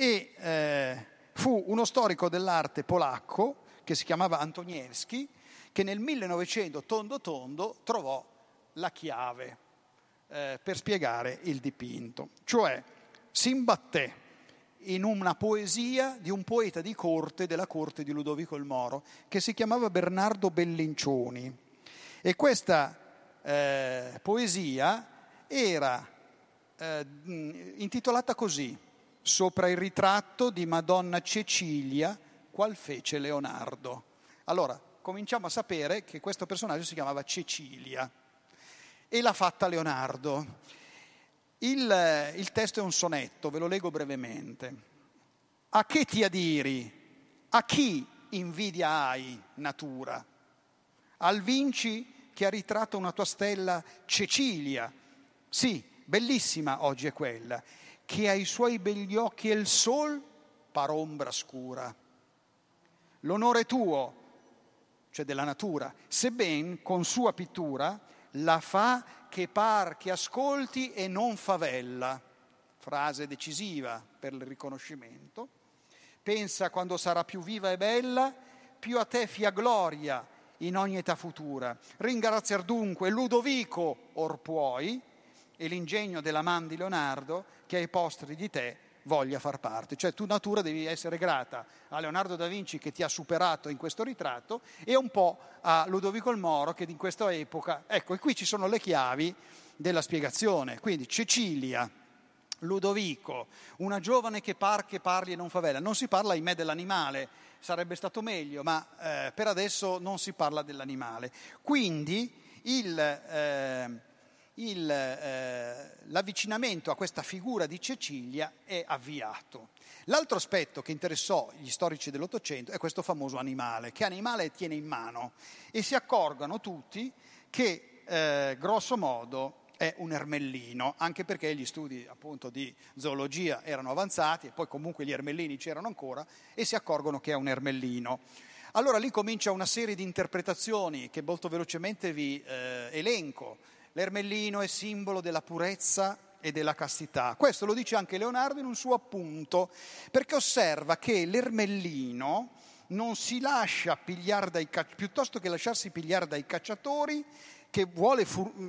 E fu uno storico dell'arte polacco che si chiamava Antoniewski, che nel 1900 tondo trovò la chiave per spiegare il dipinto. Cioè si imbatté in una poesia di un poeta di corte della corte di Ludovico il Moro che si chiamava Bernardo Bellincioni, e questa poesia era intitolata così: Sopra il ritratto di Madonna Cecilia qual fece Leonardo. Allora cominciamo a sapere che questo personaggio si chiamava Cecilia e l'ha fatta Leonardo. Il testo è un sonetto, ve lo leggo brevemente. A che ti adiri? A chi invidia hai, natura? Al Vinci che ha ritratto una tua stella Cecilia, sì, bellissima oggi è quella, che ai suoi begli occhi il sol par ombra scura. L'onore tuo, cioè della natura, sebben con sua pittura la fa che par che ascolti e non favella. Frase decisiva per il riconoscimento. Pensa quando sarà più viva e bella, più a te fia gloria in ogni età futura. Ringraziar dunque Ludovico or puoi e l'ingegno della man di Leonardo che ai posteri di te voglia far parte. Cioè tu natura devi essere grata a Leonardo da Vinci che ti ha superato in questo ritratto e un po' a Ludovico il Moro che in questa epoca, ecco, e qui ci sono le chiavi della spiegazione. Quindi Cecilia, Ludovico, una giovane che parli e non favela. Non si parla ahimè dell'animale, sarebbe stato meglio, ma per adesso non si parla dell'animale. Quindi l'avvicinamento a questa figura di Cecilia è avviato. L'altro aspetto che interessò gli storici dell'Ottocento è questo famoso animale. Che animale tiene in mano? E si accorgono tutti che grosso modo è un ermellino, anche perché gli studi appunto di zoologia erano avanzati e poi comunque gli ermellini c'erano ancora, e si accorgono che è un ermellino. Allora lì comincia una serie di interpretazioni che molto velocemente vi elenco. L'ermellino è simbolo della purezza e della castità. Questo lo dice anche Leonardo in un suo appunto, perché osserva che l'ermellino non si lascia pigliare piuttosto che lasciarsi pigliare dai cacciatori, che vuole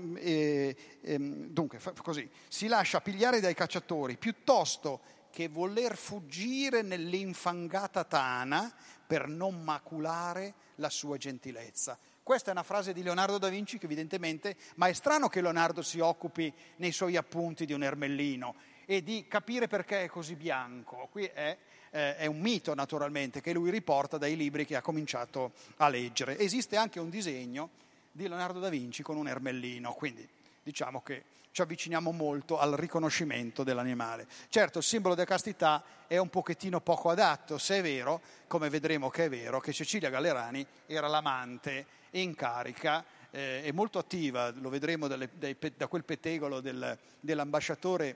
così, si lascia pigliare dai cacciatori piuttosto che voler fuggire nell'infangata tana per non maculare la sua gentilezza. Questa è una frase di Leonardo da Vinci che evidentemente, ma è strano che Leonardo si occupi nei suoi appunti di un ermellino e di capire perché è così bianco. Qui è un mito naturalmente che lui riporta dai libri che ha cominciato a leggere. Esiste anche un disegno di Leonardo da Vinci con un ermellino, quindi diciamo che ci avviciniamo molto al riconoscimento dell'animale. Certo, il simbolo della castità è un pochettino poco adatto, se è vero, come vedremo che è vero, che Cecilia Gallerani era l'amante in carica e molto attiva, lo vedremo da quel pettegolo dell'ambasciatore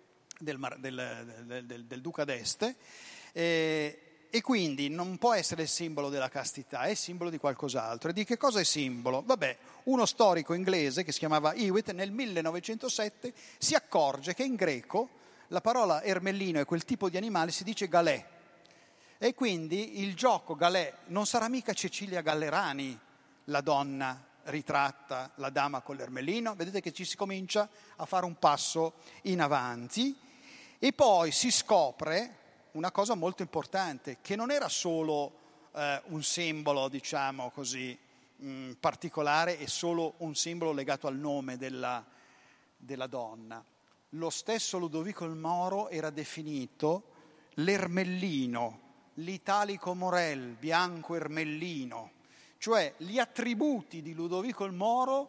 del Duca d'Este, e quindi non può essere il simbolo della castità, è simbolo di qualcos'altro. E di che cosa è simbolo? Vabbè, uno storico inglese che si chiamava Hewitt nel 1907 si accorge che in greco la parola ermellino e quel tipo di animale si dice galè, e quindi il gioco galè non sarà mica Cecilia Gallerani la donna ritratta, la dama con l'ermellino. Vedete che ci si comincia a fare un passo in avanti, e poi si scopre una cosa molto importante, che non era solo un simbolo, diciamo così, particolare e solo un simbolo legato al nome della donna. Lo stesso Ludovico il Moro era definito l'ermellino, l'italico morel, bianco ermellino, cioè gli attributi di Ludovico il Moro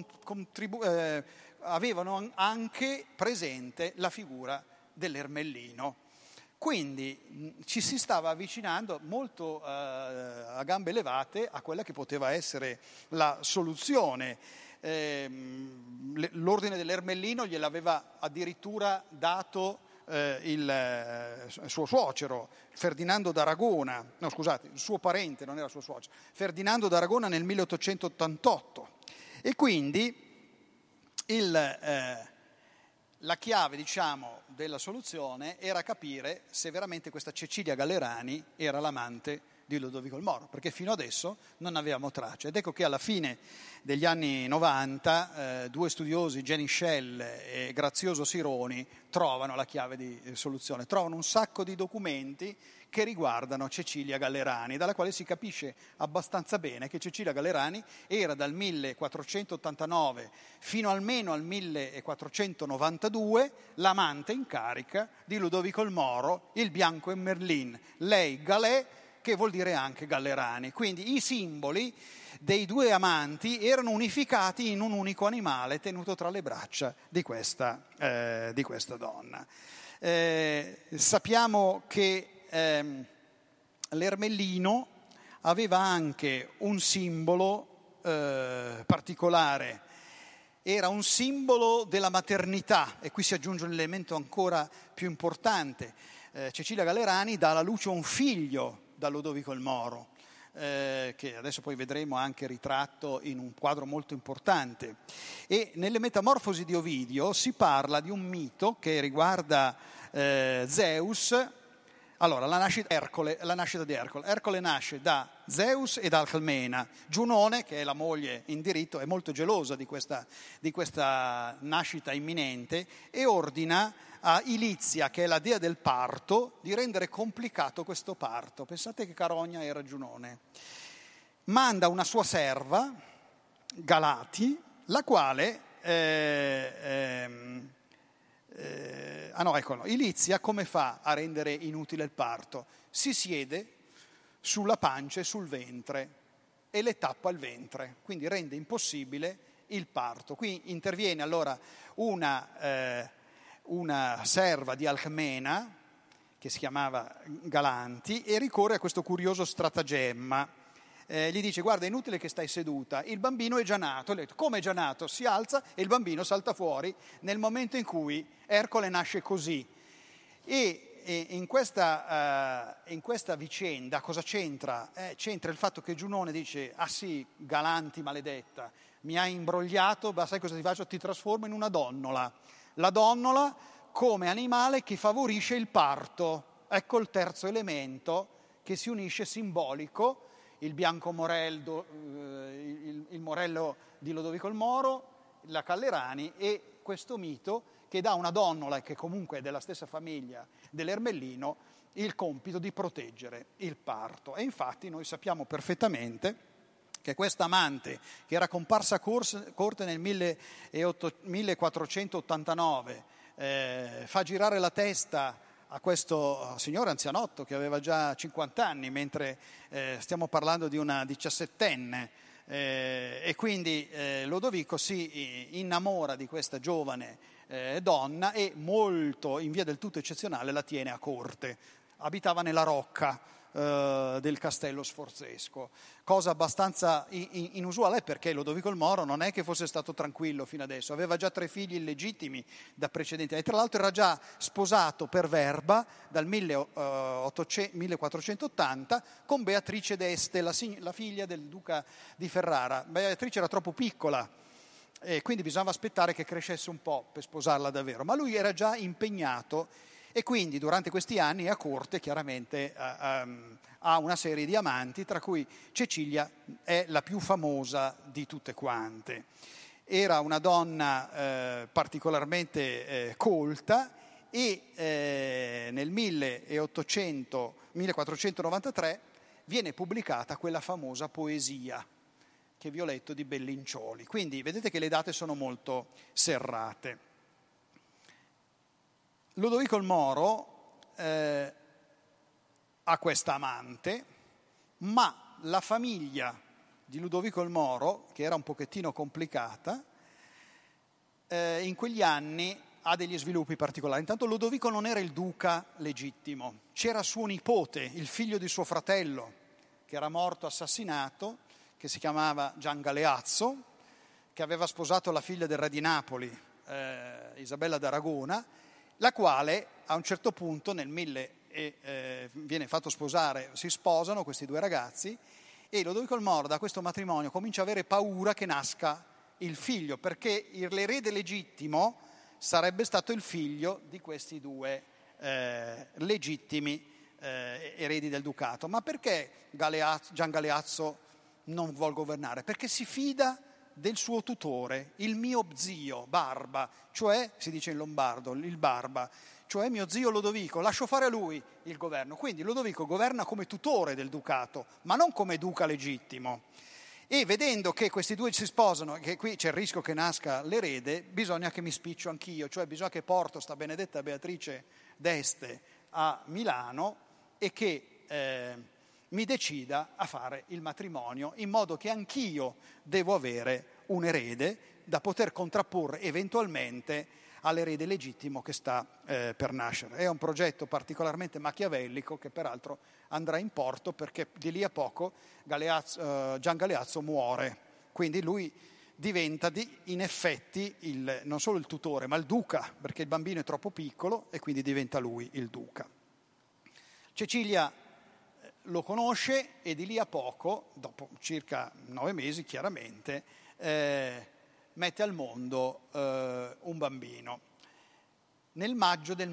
avevano anche presente la figura dell'ermellino. Quindi ci si stava avvicinando molto a gambe levate a quella che poteva essere la soluzione. L'ordine dell'ermellino gliel'aveva addirittura dato il suo suocero Ferdinando d'Aragona, no scusate, il suo parente, non era suo suocero, Ferdinando d'Aragona nel 1888. E quindi la chiave, diciamo, della soluzione era capire se veramente questa Cecilia Gallerani era l'amante di Ludovico il Moro, perché fino adesso non avevamo tracce. Ed ecco che alla fine degli anni 90 due studiosi, Jenny Schell e Grazioso Sironi, trovano la chiave di soluzione, trovano un sacco di documenti che riguardano Cecilia Gallerani, dalla quale si capisce abbastanza bene che Cecilia Gallerani era dal 1489 fino almeno al 1492 l'amante in carica di Ludovico il Moro, il Bianco e Merlin, lei Galè, che vuol dire anche Gallerani. Quindi i simboli dei due amanti erano unificati in un unico animale tenuto tra le braccia di questa donna. Sappiamo che l'ermellino aveva anche un simbolo particolare, era un simbolo della maternità, e qui si aggiunge un elemento ancora più importante. Cecilia Gallerani dà alla luce un figlio da Ludovico il Moro, che adesso poi vedremo anche ritratto in un quadro molto importante. E nelle Metamorfosi di Ovidio si parla di un mito che riguarda Zeus. Allora, la nascita di Ercole. Ercole nasce da Zeus e da Alcmena. Giunone, che è la moglie in diritto, è molto gelosa di questa nascita imminente e ordina a Ilizia, che è la dea del parto, di rendere complicato questo parto. Pensate che carogna era Giunone. Manda una sua serva, Galati, la quale... Ilizia come fa a rendere inutile il parto? Si siede sulla pancia e sul ventre e le tappa il ventre, quindi rende impossibile il parto. Qui interviene allora una serva di Alcmena che si chiamava Galanti e ricorre a questo curioso stratagemma. Gli dice: guarda, è inutile che stai seduta, il bambino è già nato. E lei dice: come è già nato? Si alza e il bambino salta fuori nel momento in cui Ercole nasce così. E in questa vicenda cosa c'entra? C'entra il fatto che Giunone dice: ah sì, Galanti maledetta, mi hai imbrogliato, ma sai cosa ti faccio? Ti trasformo in una donnola. La donnola come animale che favorisce il parto. Ecco il terzo elemento che si unisce, simbolico. Il bianco morello, il morello di Ludovico il Moro, la Gallerani e questo mito che dà a una donnola, che comunque è della stessa famiglia dell'ermellino, il compito di proteggere il parto. E infatti noi sappiamo perfettamente che questa amante, che era comparsa a corte nel 1489, fa girare la testa a questo signore anzianotto che aveva già 50 anni, mentre stiamo parlando di una 17enne, e quindi Lodovico si innamora di questa giovane donna e molto, in via del tutto eccezionale, la tiene a corte. Abitava nella rocca del castello sforzesco, cosa abbastanza inusuale, perché Lodovico il Moro non è che fosse stato tranquillo fino adesso, aveva già 3 figli illegittimi da precedenti anni, tra l'altro era già sposato per verba dal 1480 con Beatrice d'Este, la figlia del duca di Ferrara. Beatrice era troppo piccola e quindi bisognava aspettare che crescesse un po' per sposarla davvero, ma lui era già impegnato. E quindi durante questi anni a corte chiaramente ha una serie di amanti, tra cui Cecilia è la più famosa di tutte quante. Era una donna particolarmente colta e nel 1493 viene pubblicata quella famosa poesia che vi ho letto di Bellincioli. Quindi vedete che le date sono molto serrate. Ludovico il Moro ha questa amante, ma la famiglia di Ludovico il Moro, che era un pochettino complicata, in quegli anni ha degli sviluppi particolari. Intanto Ludovico non era il duca legittimo, c'era suo nipote, il figlio di suo fratello, che era morto assassinato, che si chiamava Gian Galeazzo, che aveva sposato la figlia del re di Napoli, Isabella d'Aragona, la quale a un certo punto nel 1000 viene fatto sposare, si sposano questi due ragazzi e Lodovico il Moro da questo matrimonio comincia a avere paura che nasca il figlio, perché l'erede legittimo sarebbe stato il figlio di questi due legittimi eredi del ducato. Ma perché Gian Galeazzo non vuol governare? Perché si fida del suo tutore, il mio zio Barba, cioè, si dice in lombardo, il Barba, cioè mio zio Lodovico, lascio fare a lui il governo. Quindi Lodovico governa come tutore del ducato, ma non come duca legittimo. E vedendo che questi due si sposano, che qui c'è il rischio che nasca l'erede, bisogna che mi spiccio anch'io, cioè bisogna che porto sta benedetta Beatrice d'Este a Milano e che mi decida a fare il matrimonio, in modo che anch'io devo avere un erede da poter contrapporre eventualmente all'erede legittimo che sta per nascere. È un progetto particolarmente machiavellico che peraltro andrà in porto, perché di lì a poco Gian Galeazzo muore, quindi lui diventa in effetti non solo il tutore ma il duca, perché il bambino è troppo piccolo e quindi diventa lui il duca. Cecilia lo conosce e di lì a poco, dopo circa 9 mesi chiaramente, mette al mondo un bambino. Nel maggio del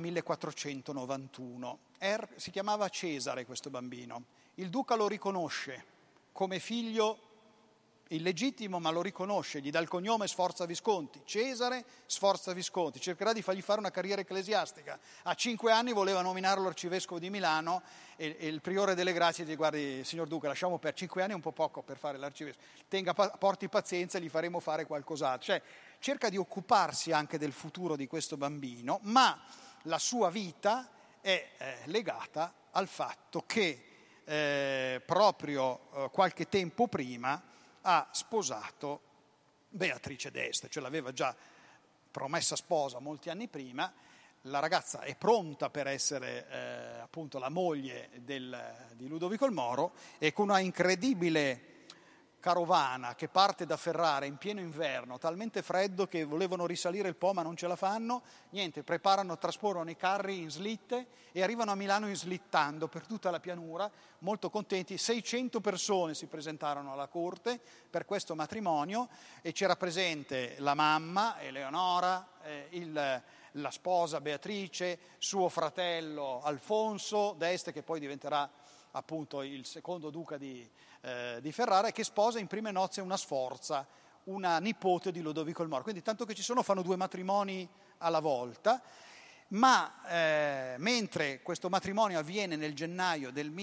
1491 si chiamava Cesare questo bambino. Il duca lo riconosce come figlio illegittimo, ma lo riconosce, gli dà il cognome Sforza Visconti, Cesare Sforza Visconti, cercherà di fargli fare una carriera ecclesiastica. A 5 anni voleva nominarlo arcivescovo di Milano e il priore delle grazie dice: guardi signor duca, lasciamo per 5 anni è un po' poco per fare l'arcivescovo, porti pazienza, gli faremo fare qualcos'altro. Cioè cerca di occuparsi anche del futuro di questo bambino, ma la sua vita è legata al fatto che proprio qualche tempo prima ha sposato Beatrice d'Este, cioè l'aveva già promessa sposa molti anni prima. La ragazza è pronta per essere appunto la moglie di Ludovico il Moro, e con una incredibile carovana che parte da Ferrara in pieno inverno, talmente freddo che volevano risalire il Po ma non ce la fanno, trasporano i carri in slitte e arrivano a Milano inslittando per tutta la pianura, molto contenti. 600 persone si presentarono alla corte per questo matrimonio e c'era presente la mamma Eleonora, la sposa Beatrice, suo fratello Alfonso d'Este, che poi diventerà appunto il secondo duca di Ferrara, e che sposa in prime nozze una Sforza, una nipote di Lodovico il Moro. Quindi tanto che ci sono, fanno 2 matrimoni alla volta, ma mentre questo matrimonio avviene nel gennaio del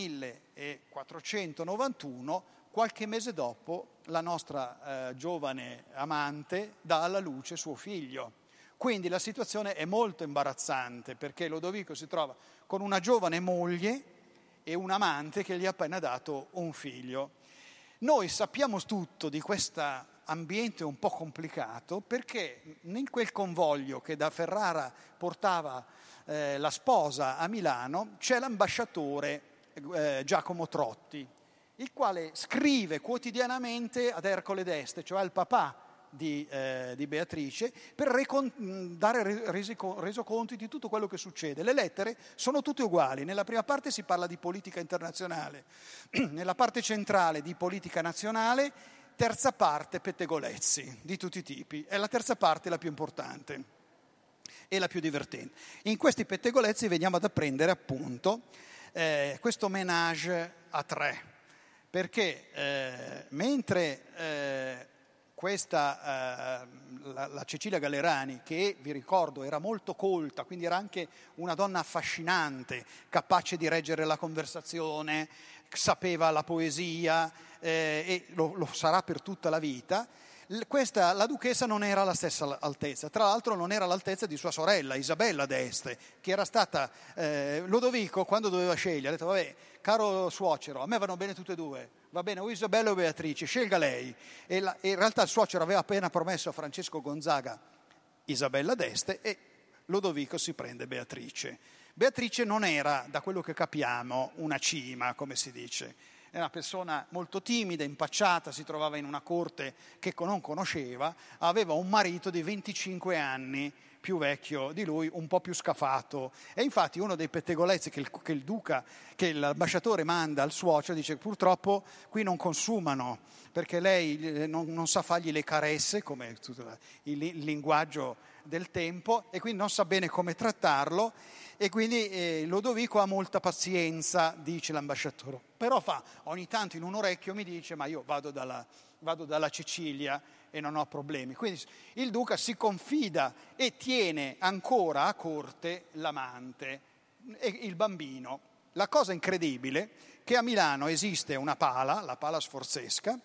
1491, qualche mese dopo la nostra giovane amante dà alla luce suo figlio. Quindi la situazione è molto imbarazzante, perché Lodovico si trova con una giovane moglie e un amante che gli ha appena dato un figlio. Noi sappiamo tutto di questo ambiente un po' complicato, perché in quel convoglio che da Ferrara portava la sposa a Milano c'è l'ambasciatore Giacomo Trotti, il quale scrive quotidianamente ad Ercole d'Este, cioè al papà di Beatrice, per dare resoconti di tutto quello che succede. Le lettere sono tutte uguali. Nella prima parte si parla di politica internazionale, nella parte centrale di politica nazionale, terza parte pettegolezzi di tutti i tipi, e la terza parte è la più importante e la più divertente. In questi pettegolezzi veniamo ad apprendere appunto questo ménage à trois, perché mentre la Cecilia Gallerani, che vi ricordo era molto colta, quindi era anche una donna affascinante, capace di reggere la conversazione, sapeva la poesia e lo sarà per tutta la vita, la duchessa non era alla stessa altezza. Tra l'altro non era all'altezza di sua sorella Isabella d'Este, che era stata Lodovico, quando doveva scegliere, ha detto: vabbè, caro suocero, a me vanno bene tutte e due, va bene, o Isabella o Beatrice, scelga lei. E in realtà il suocero aveva appena promesso a Francesco Gonzaga Isabella d'Este e Lodovico si prende Beatrice. Beatrice non era, da quello che capiamo, una cima, come si dice. Era una persona molto timida, impacciata, si trovava in una corte che non conosceva, aveva un marito di 25 anni più vecchio di lui, un po' più scafato. E infatti uno dei pettegolezzi che l'ambasciatore manda al suocero, dice: purtroppo qui non consumano, perché lei non sa fargli le caresse, come tutto il linguaggio del tempo, e quindi non sa bene come trattarlo, e quindi Lodovico ha molta pazienza, dice l'ambasciatore. Però ogni tanto in un orecchio mi dice: ma io vado dalla Cecilia e non ho problemi. Quindi il duca si confida e tiene ancora a corte l'amante e il bambino. La cosa incredibile è che a Milano esiste una pala, la pala sforzesca,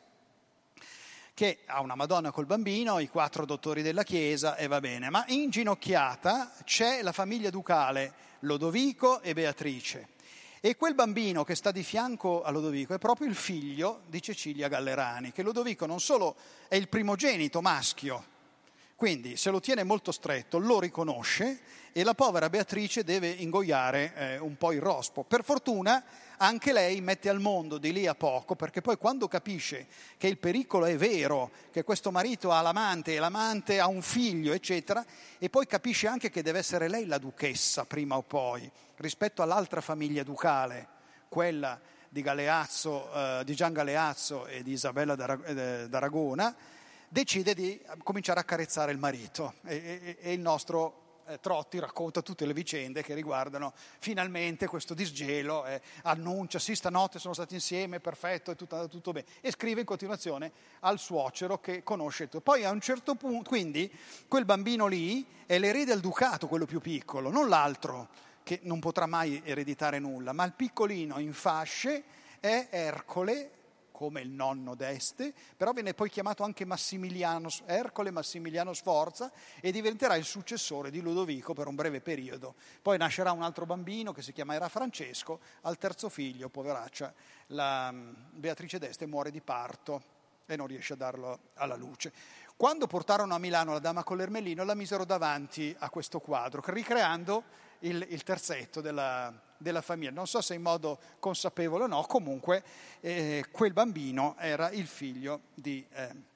che ha una Madonna col bambino, i 4 dottori della chiesa e va bene, ma inginocchiata c'è la famiglia ducale, Lodovico e Beatrice. E quel bambino che sta di fianco a Lodovico è proprio il figlio di Cecilia Gallerani, che Lodovico non solo è il primogenito maschio, quindi se lo tiene molto stretto, lo riconosce, e la povera Beatrice deve ingoiare un po' il rospo. Per fortuna anche lei mette al mondo di lì a poco, perché poi quando capisce che il pericolo è vero, che questo marito ha l'amante e l'amante ha un figlio, eccetera, e poi capisce anche che deve essere lei la duchessa prima o poi, rispetto all'altra famiglia ducale, quella di Gian Galeazzo e di Isabella d'Aragona, decide di cominciare a accarezzare il marito, e il nostro Trotti racconta tutte le vicende che riguardano finalmente questo disgelo, annuncia: sì, stanotte sono stati insieme, perfetto, è tutto bene, e scrive in continuazione al suocero che conosce tutto. Poi a un certo punto, quindi quel bambino lì è l'erede al ducato, quello più piccolo, non l'altro che non potrà mai ereditare nulla, ma il piccolino in fasce è Ercole, come il nonno d'Este, però viene poi chiamato anche Ercole Massimiliano Sforza, e diventerà il successore di Ludovico per un breve periodo. Poi nascerà un altro bambino che si chiamerà Francesco. Al terzo figlio, poveraccia, la Beatrice d'Este muore di parto e non riesce a darlo alla luce. Quando portarono a Milano la Dama con l'Ermellino, la misero davanti a questo quadro, ricreando il terzetto della famiglia. Non so se in modo consapevole o no, comunque quel bambino era il figlio di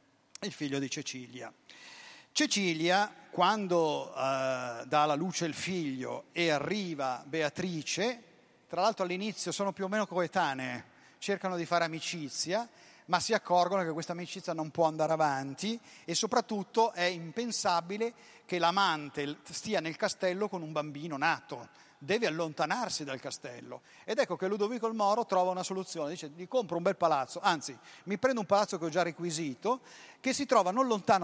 Cecilia. Cecilia, quando dà alla luce il figlio e arriva Beatrice, tra l'altro all'inizio sono più o meno coetanee, cercano di fare amicizia, ma si accorgono che questa amicizia non può andare avanti, e soprattutto è impensabile che l'amante stia nel castello con un bambino nato, deve allontanarsi dal castello. Ed ecco che Ludovico il Moro trova una soluzione, dice: gli compro un bel palazzo, anzi mi prendo un palazzo che ho già requisito, che si trova non lontano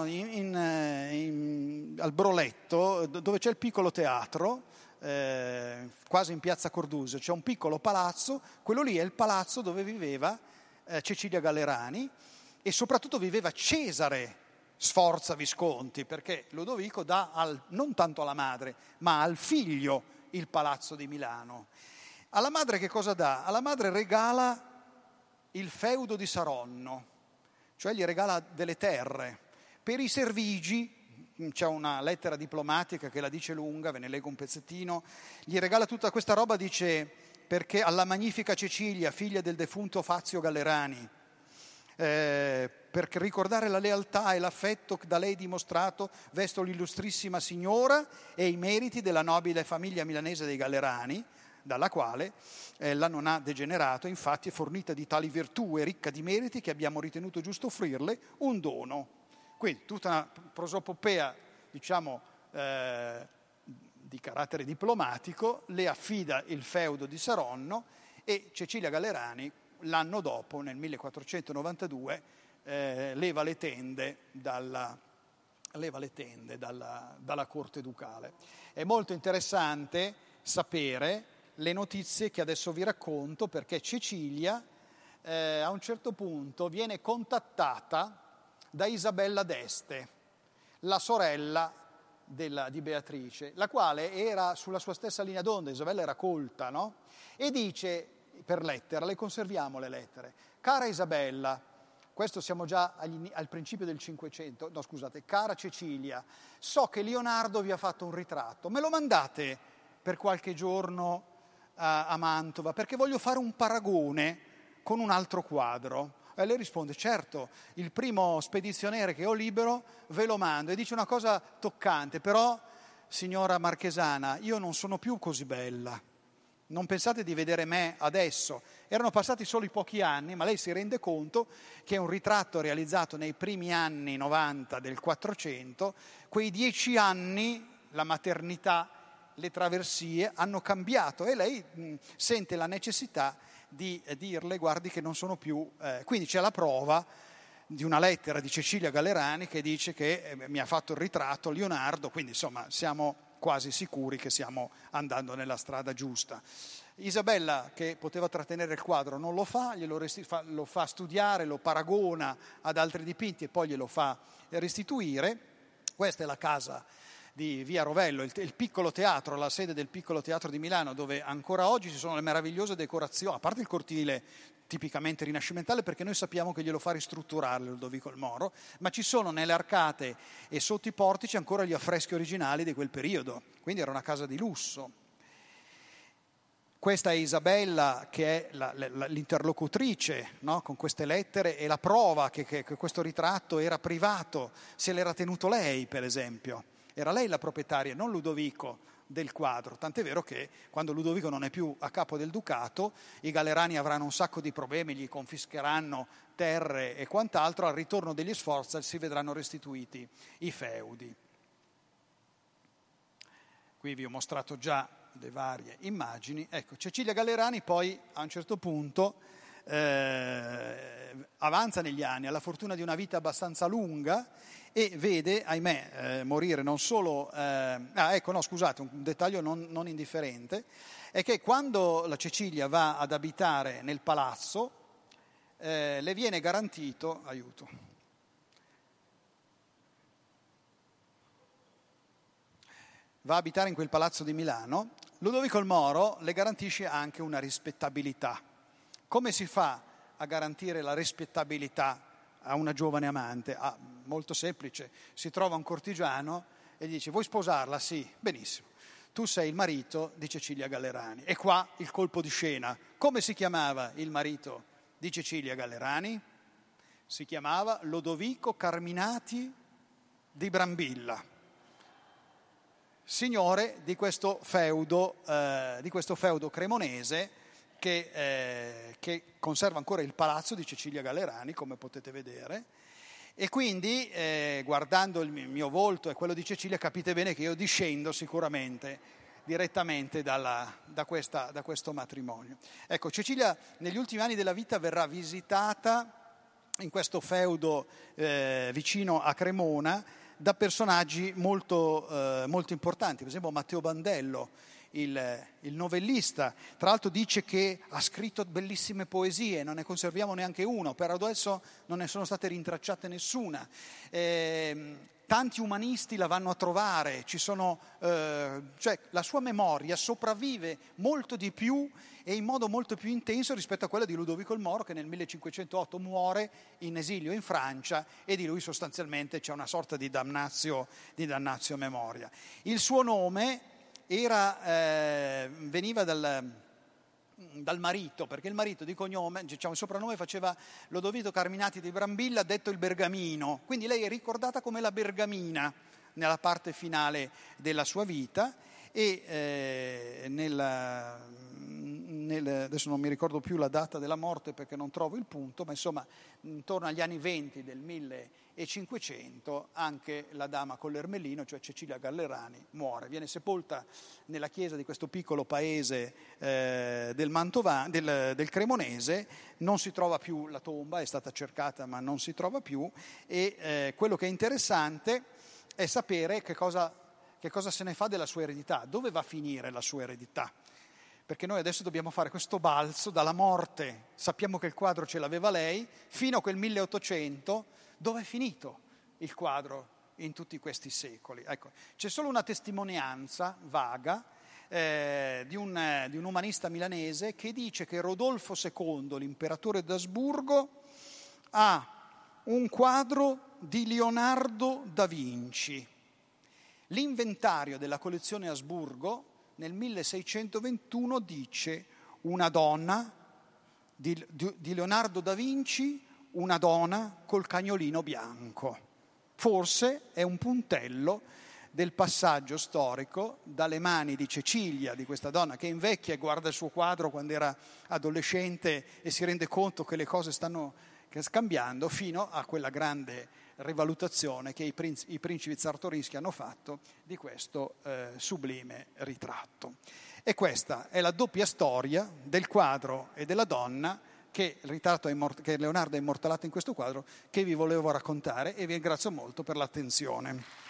al Broletto, dove c'è il piccolo teatro, quasi in piazza Cordusio, c'è un piccolo palazzo, quello lì è il palazzo dove viveva Cecilia Gallerani, e soprattutto viveva Cesare Sforza Visconti, perché Ludovico dà non tanto alla madre ma al figlio il palazzo di Milano. Alla madre che cosa dà? Alla madre regala il feudo di Saronno, cioè gli regala delle terre. Per i Servigi, c'è una lettera diplomatica che la dice lunga, ve ne leggo un pezzettino, gli regala tutta questa roba, dice: perché alla magnifica Cecilia, figlia del defunto Fazio Gallerani, per ricordare la lealtà e l'affetto da lei dimostrato, vesto l'illustrissima signora e i meriti della nobile famiglia milanese dei Gallerani, dalla quale ella non ha degenerato, infatti è fornita di tali virtù e ricca di meriti che abbiamo ritenuto giusto offrirle un dono. Quindi tutta una prosopopea, diciamo, di carattere diplomatico, le affida il feudo di Saronno, e Cecilia Gallerani l'anno dopo, nel 1492, leva le tende dalla corte ducale. È molto interessante sapere le notizie che adesso vi racconto, perché Cecilia a un certo punto viene contattata da Isabella d'Este, la sorella di Beatrice, la quale era sulla sua stessa linea d'onda. Isabella era colta, no? E dice per lettera, le conserviamo le lettere: cara Isabella, questo siamo già al principio del Cinquecento, no scusate, cara Cecilia, so che Leonardo vi ha fatto un ritratto, me lo mandate per qualche giorno a Mantova, perché voglio fare un paragone con un altro quadro. E lei risponde: certo, il primo spedizioniere che ho libero ve lo mando. E dice una cosa toccante: però signora marchesana, io non sono più così bella. Non pensate di vedere me adesso. Erano passati solo pochi anni, ma lei si rende conto che è un ritratto realizzato nei primi anni 90 del 400. Quei 10 anni, la maternità, le traversie hanno cambiato e lei sente la necessità di dirle: guardi che non sono più... Quindi c'è la prova di una lettera di Cecilia Gallerani che dice che mi ha fatto il ritratto Leonardo, quindi insomma siamo quasi sicuri che stiamo andando nella strada giusta. Isabella, che poteva trattenere il quadro, non lo fa, lo fa studiare, lo paragona ad altri dipinti e poi glielo fa restituire. Questa è la casa di Via Rovello, il piccolo teatro, la sede del piccolo teatro di Milano, dove ancora oggi ci sono le meravigliose decorazioni, a parte il cortile tipicamente rinascimentale, perché noi sappiamo che glielo fa ristrutturare Ludovico il Moro, ma ci sono nelle arcate e sotto i portici ancora gli affreschi originali di quel periodo, quindi era una casa di lusso. Questa è Isabella, che è l'interlocutrice, no? Con queste lettere, e la prova che questo ritratto era privato, se l'era tenuto lei, per esempio. Era lei la proprietaria, non Ludovico, del quadro, tant'è vero che quando Ludovico non è più a capo del ducato, i Gallerani avranno un sacco di problemi, gli confischeranno terre e quant'altro, al ritorno degli Sforza si vedranno restituiti i feudi. Qui vi ho mostrato già le varie immagini. Ecco, Cecilia Gallerani poi a un certo punto avanza negli anni, ha la fortuna di una vita abbastanza lunga e vede, ahimè, morire non solo... scusate, un dettaglio non indifferente, è che quando la Cecilia va ad abitare nel palazzo, le viene garantito... Va a abitare in quel palazzo di Milano, Ludovico il Moro le garantisce anche una rispettabilità. Come si fa a garantire la rispettabilità a una giovane amante? Molto semplice, si trova un cortigiano e gli dice: vuoi sposarla? Sì, benissimo, tu sei il marito di Cecilia Gallerani. E qua il colpo di scena. Come si chiamava il marito di Cecilia Gallerani? Si chiamava Lodovico Carminati di Brambilla, signore di questo feudo cremonese che conserva ancora il palazzo di Cecilia Gallerani, come potete vedere. E quindi guardando il mio volto e quello di Cecilia capite bene che io discendo sicuramente direttamente da questo matrimonio. Ecco, Cecilia negli ultimi anni della vita verrà visitata in questo feudo vicino a Cremona da personaggi molto importanti, per esempio Matteo Bandello, il novellista. Tra l'altro dice che ha scritto bellissime poesie, non ne conserviamo neanche una, per adesso non ne sono state rintracciate nessuna. Tanti umanisti la vanno a trovare, cioè la sua memoria sopravvive molto di più e in modo molto più intenso rispetto a quella di Ludovico il Moro, che nel 1508 muore in esilio in Francia e di lui sostanzialmente c'è una sorta di damnatio memoria. Il suo nome veniva dal marito, perché il marito di cognome, diciamo il soprannome, faceva Lodovico Carminati di Brambilla, detto il Bergamino, quindi lei è ricordata come la Bergamina nella parte finale della sua vita. E adesso non mi ricordo più la data della morte perché non trovo il punto, ma insomma intorno agli anni 20 del 1500 anche la dama con l'ermellino, cioè Cecilia Gallerani, muore, viene sepolta nella chiesa di questo piccolo paese del Cremonese. Non si trova più la tomba, è stata cercata ma non si trova più, e quello che è interessante è sapere che cosa se ne fa della sua eredità, dove va a finire la sua eredità. Perché noi adesso dobbiamo fare questo balzo dalla morte, sappiamo che il quadro ce l'aveva lei, fino a quel 1800, dove è finito il quadro in tutti questi secoli? Ecco, c'è solo una testimonianza vaga di un umanista milanese che dice che Rodolfo II, l'imperatore d'Asburgo, ha un quadro di Leonardo da Vinci. L'inventario della collezione Asburgo nel 1621 dice una donna di Leonardo da Vinci, una donna col cagnolino bianco. Forse è un puntello del passaggio storico dalle mani di Cecilia, di questa donna che invecchia e guarda il suo quadro quando era adolescente e si rende conto che le cose stanno scambiando, fino a quella grande rivalutazione che i principi Czartoryski hanno fatto di questo sublime ritratto. E questa è la doppia storia del quadro e della donna che Leonardo ha immortalato in questo quadro, che vi volevo raccontare, e vi ringrazio molto per l'attenzione.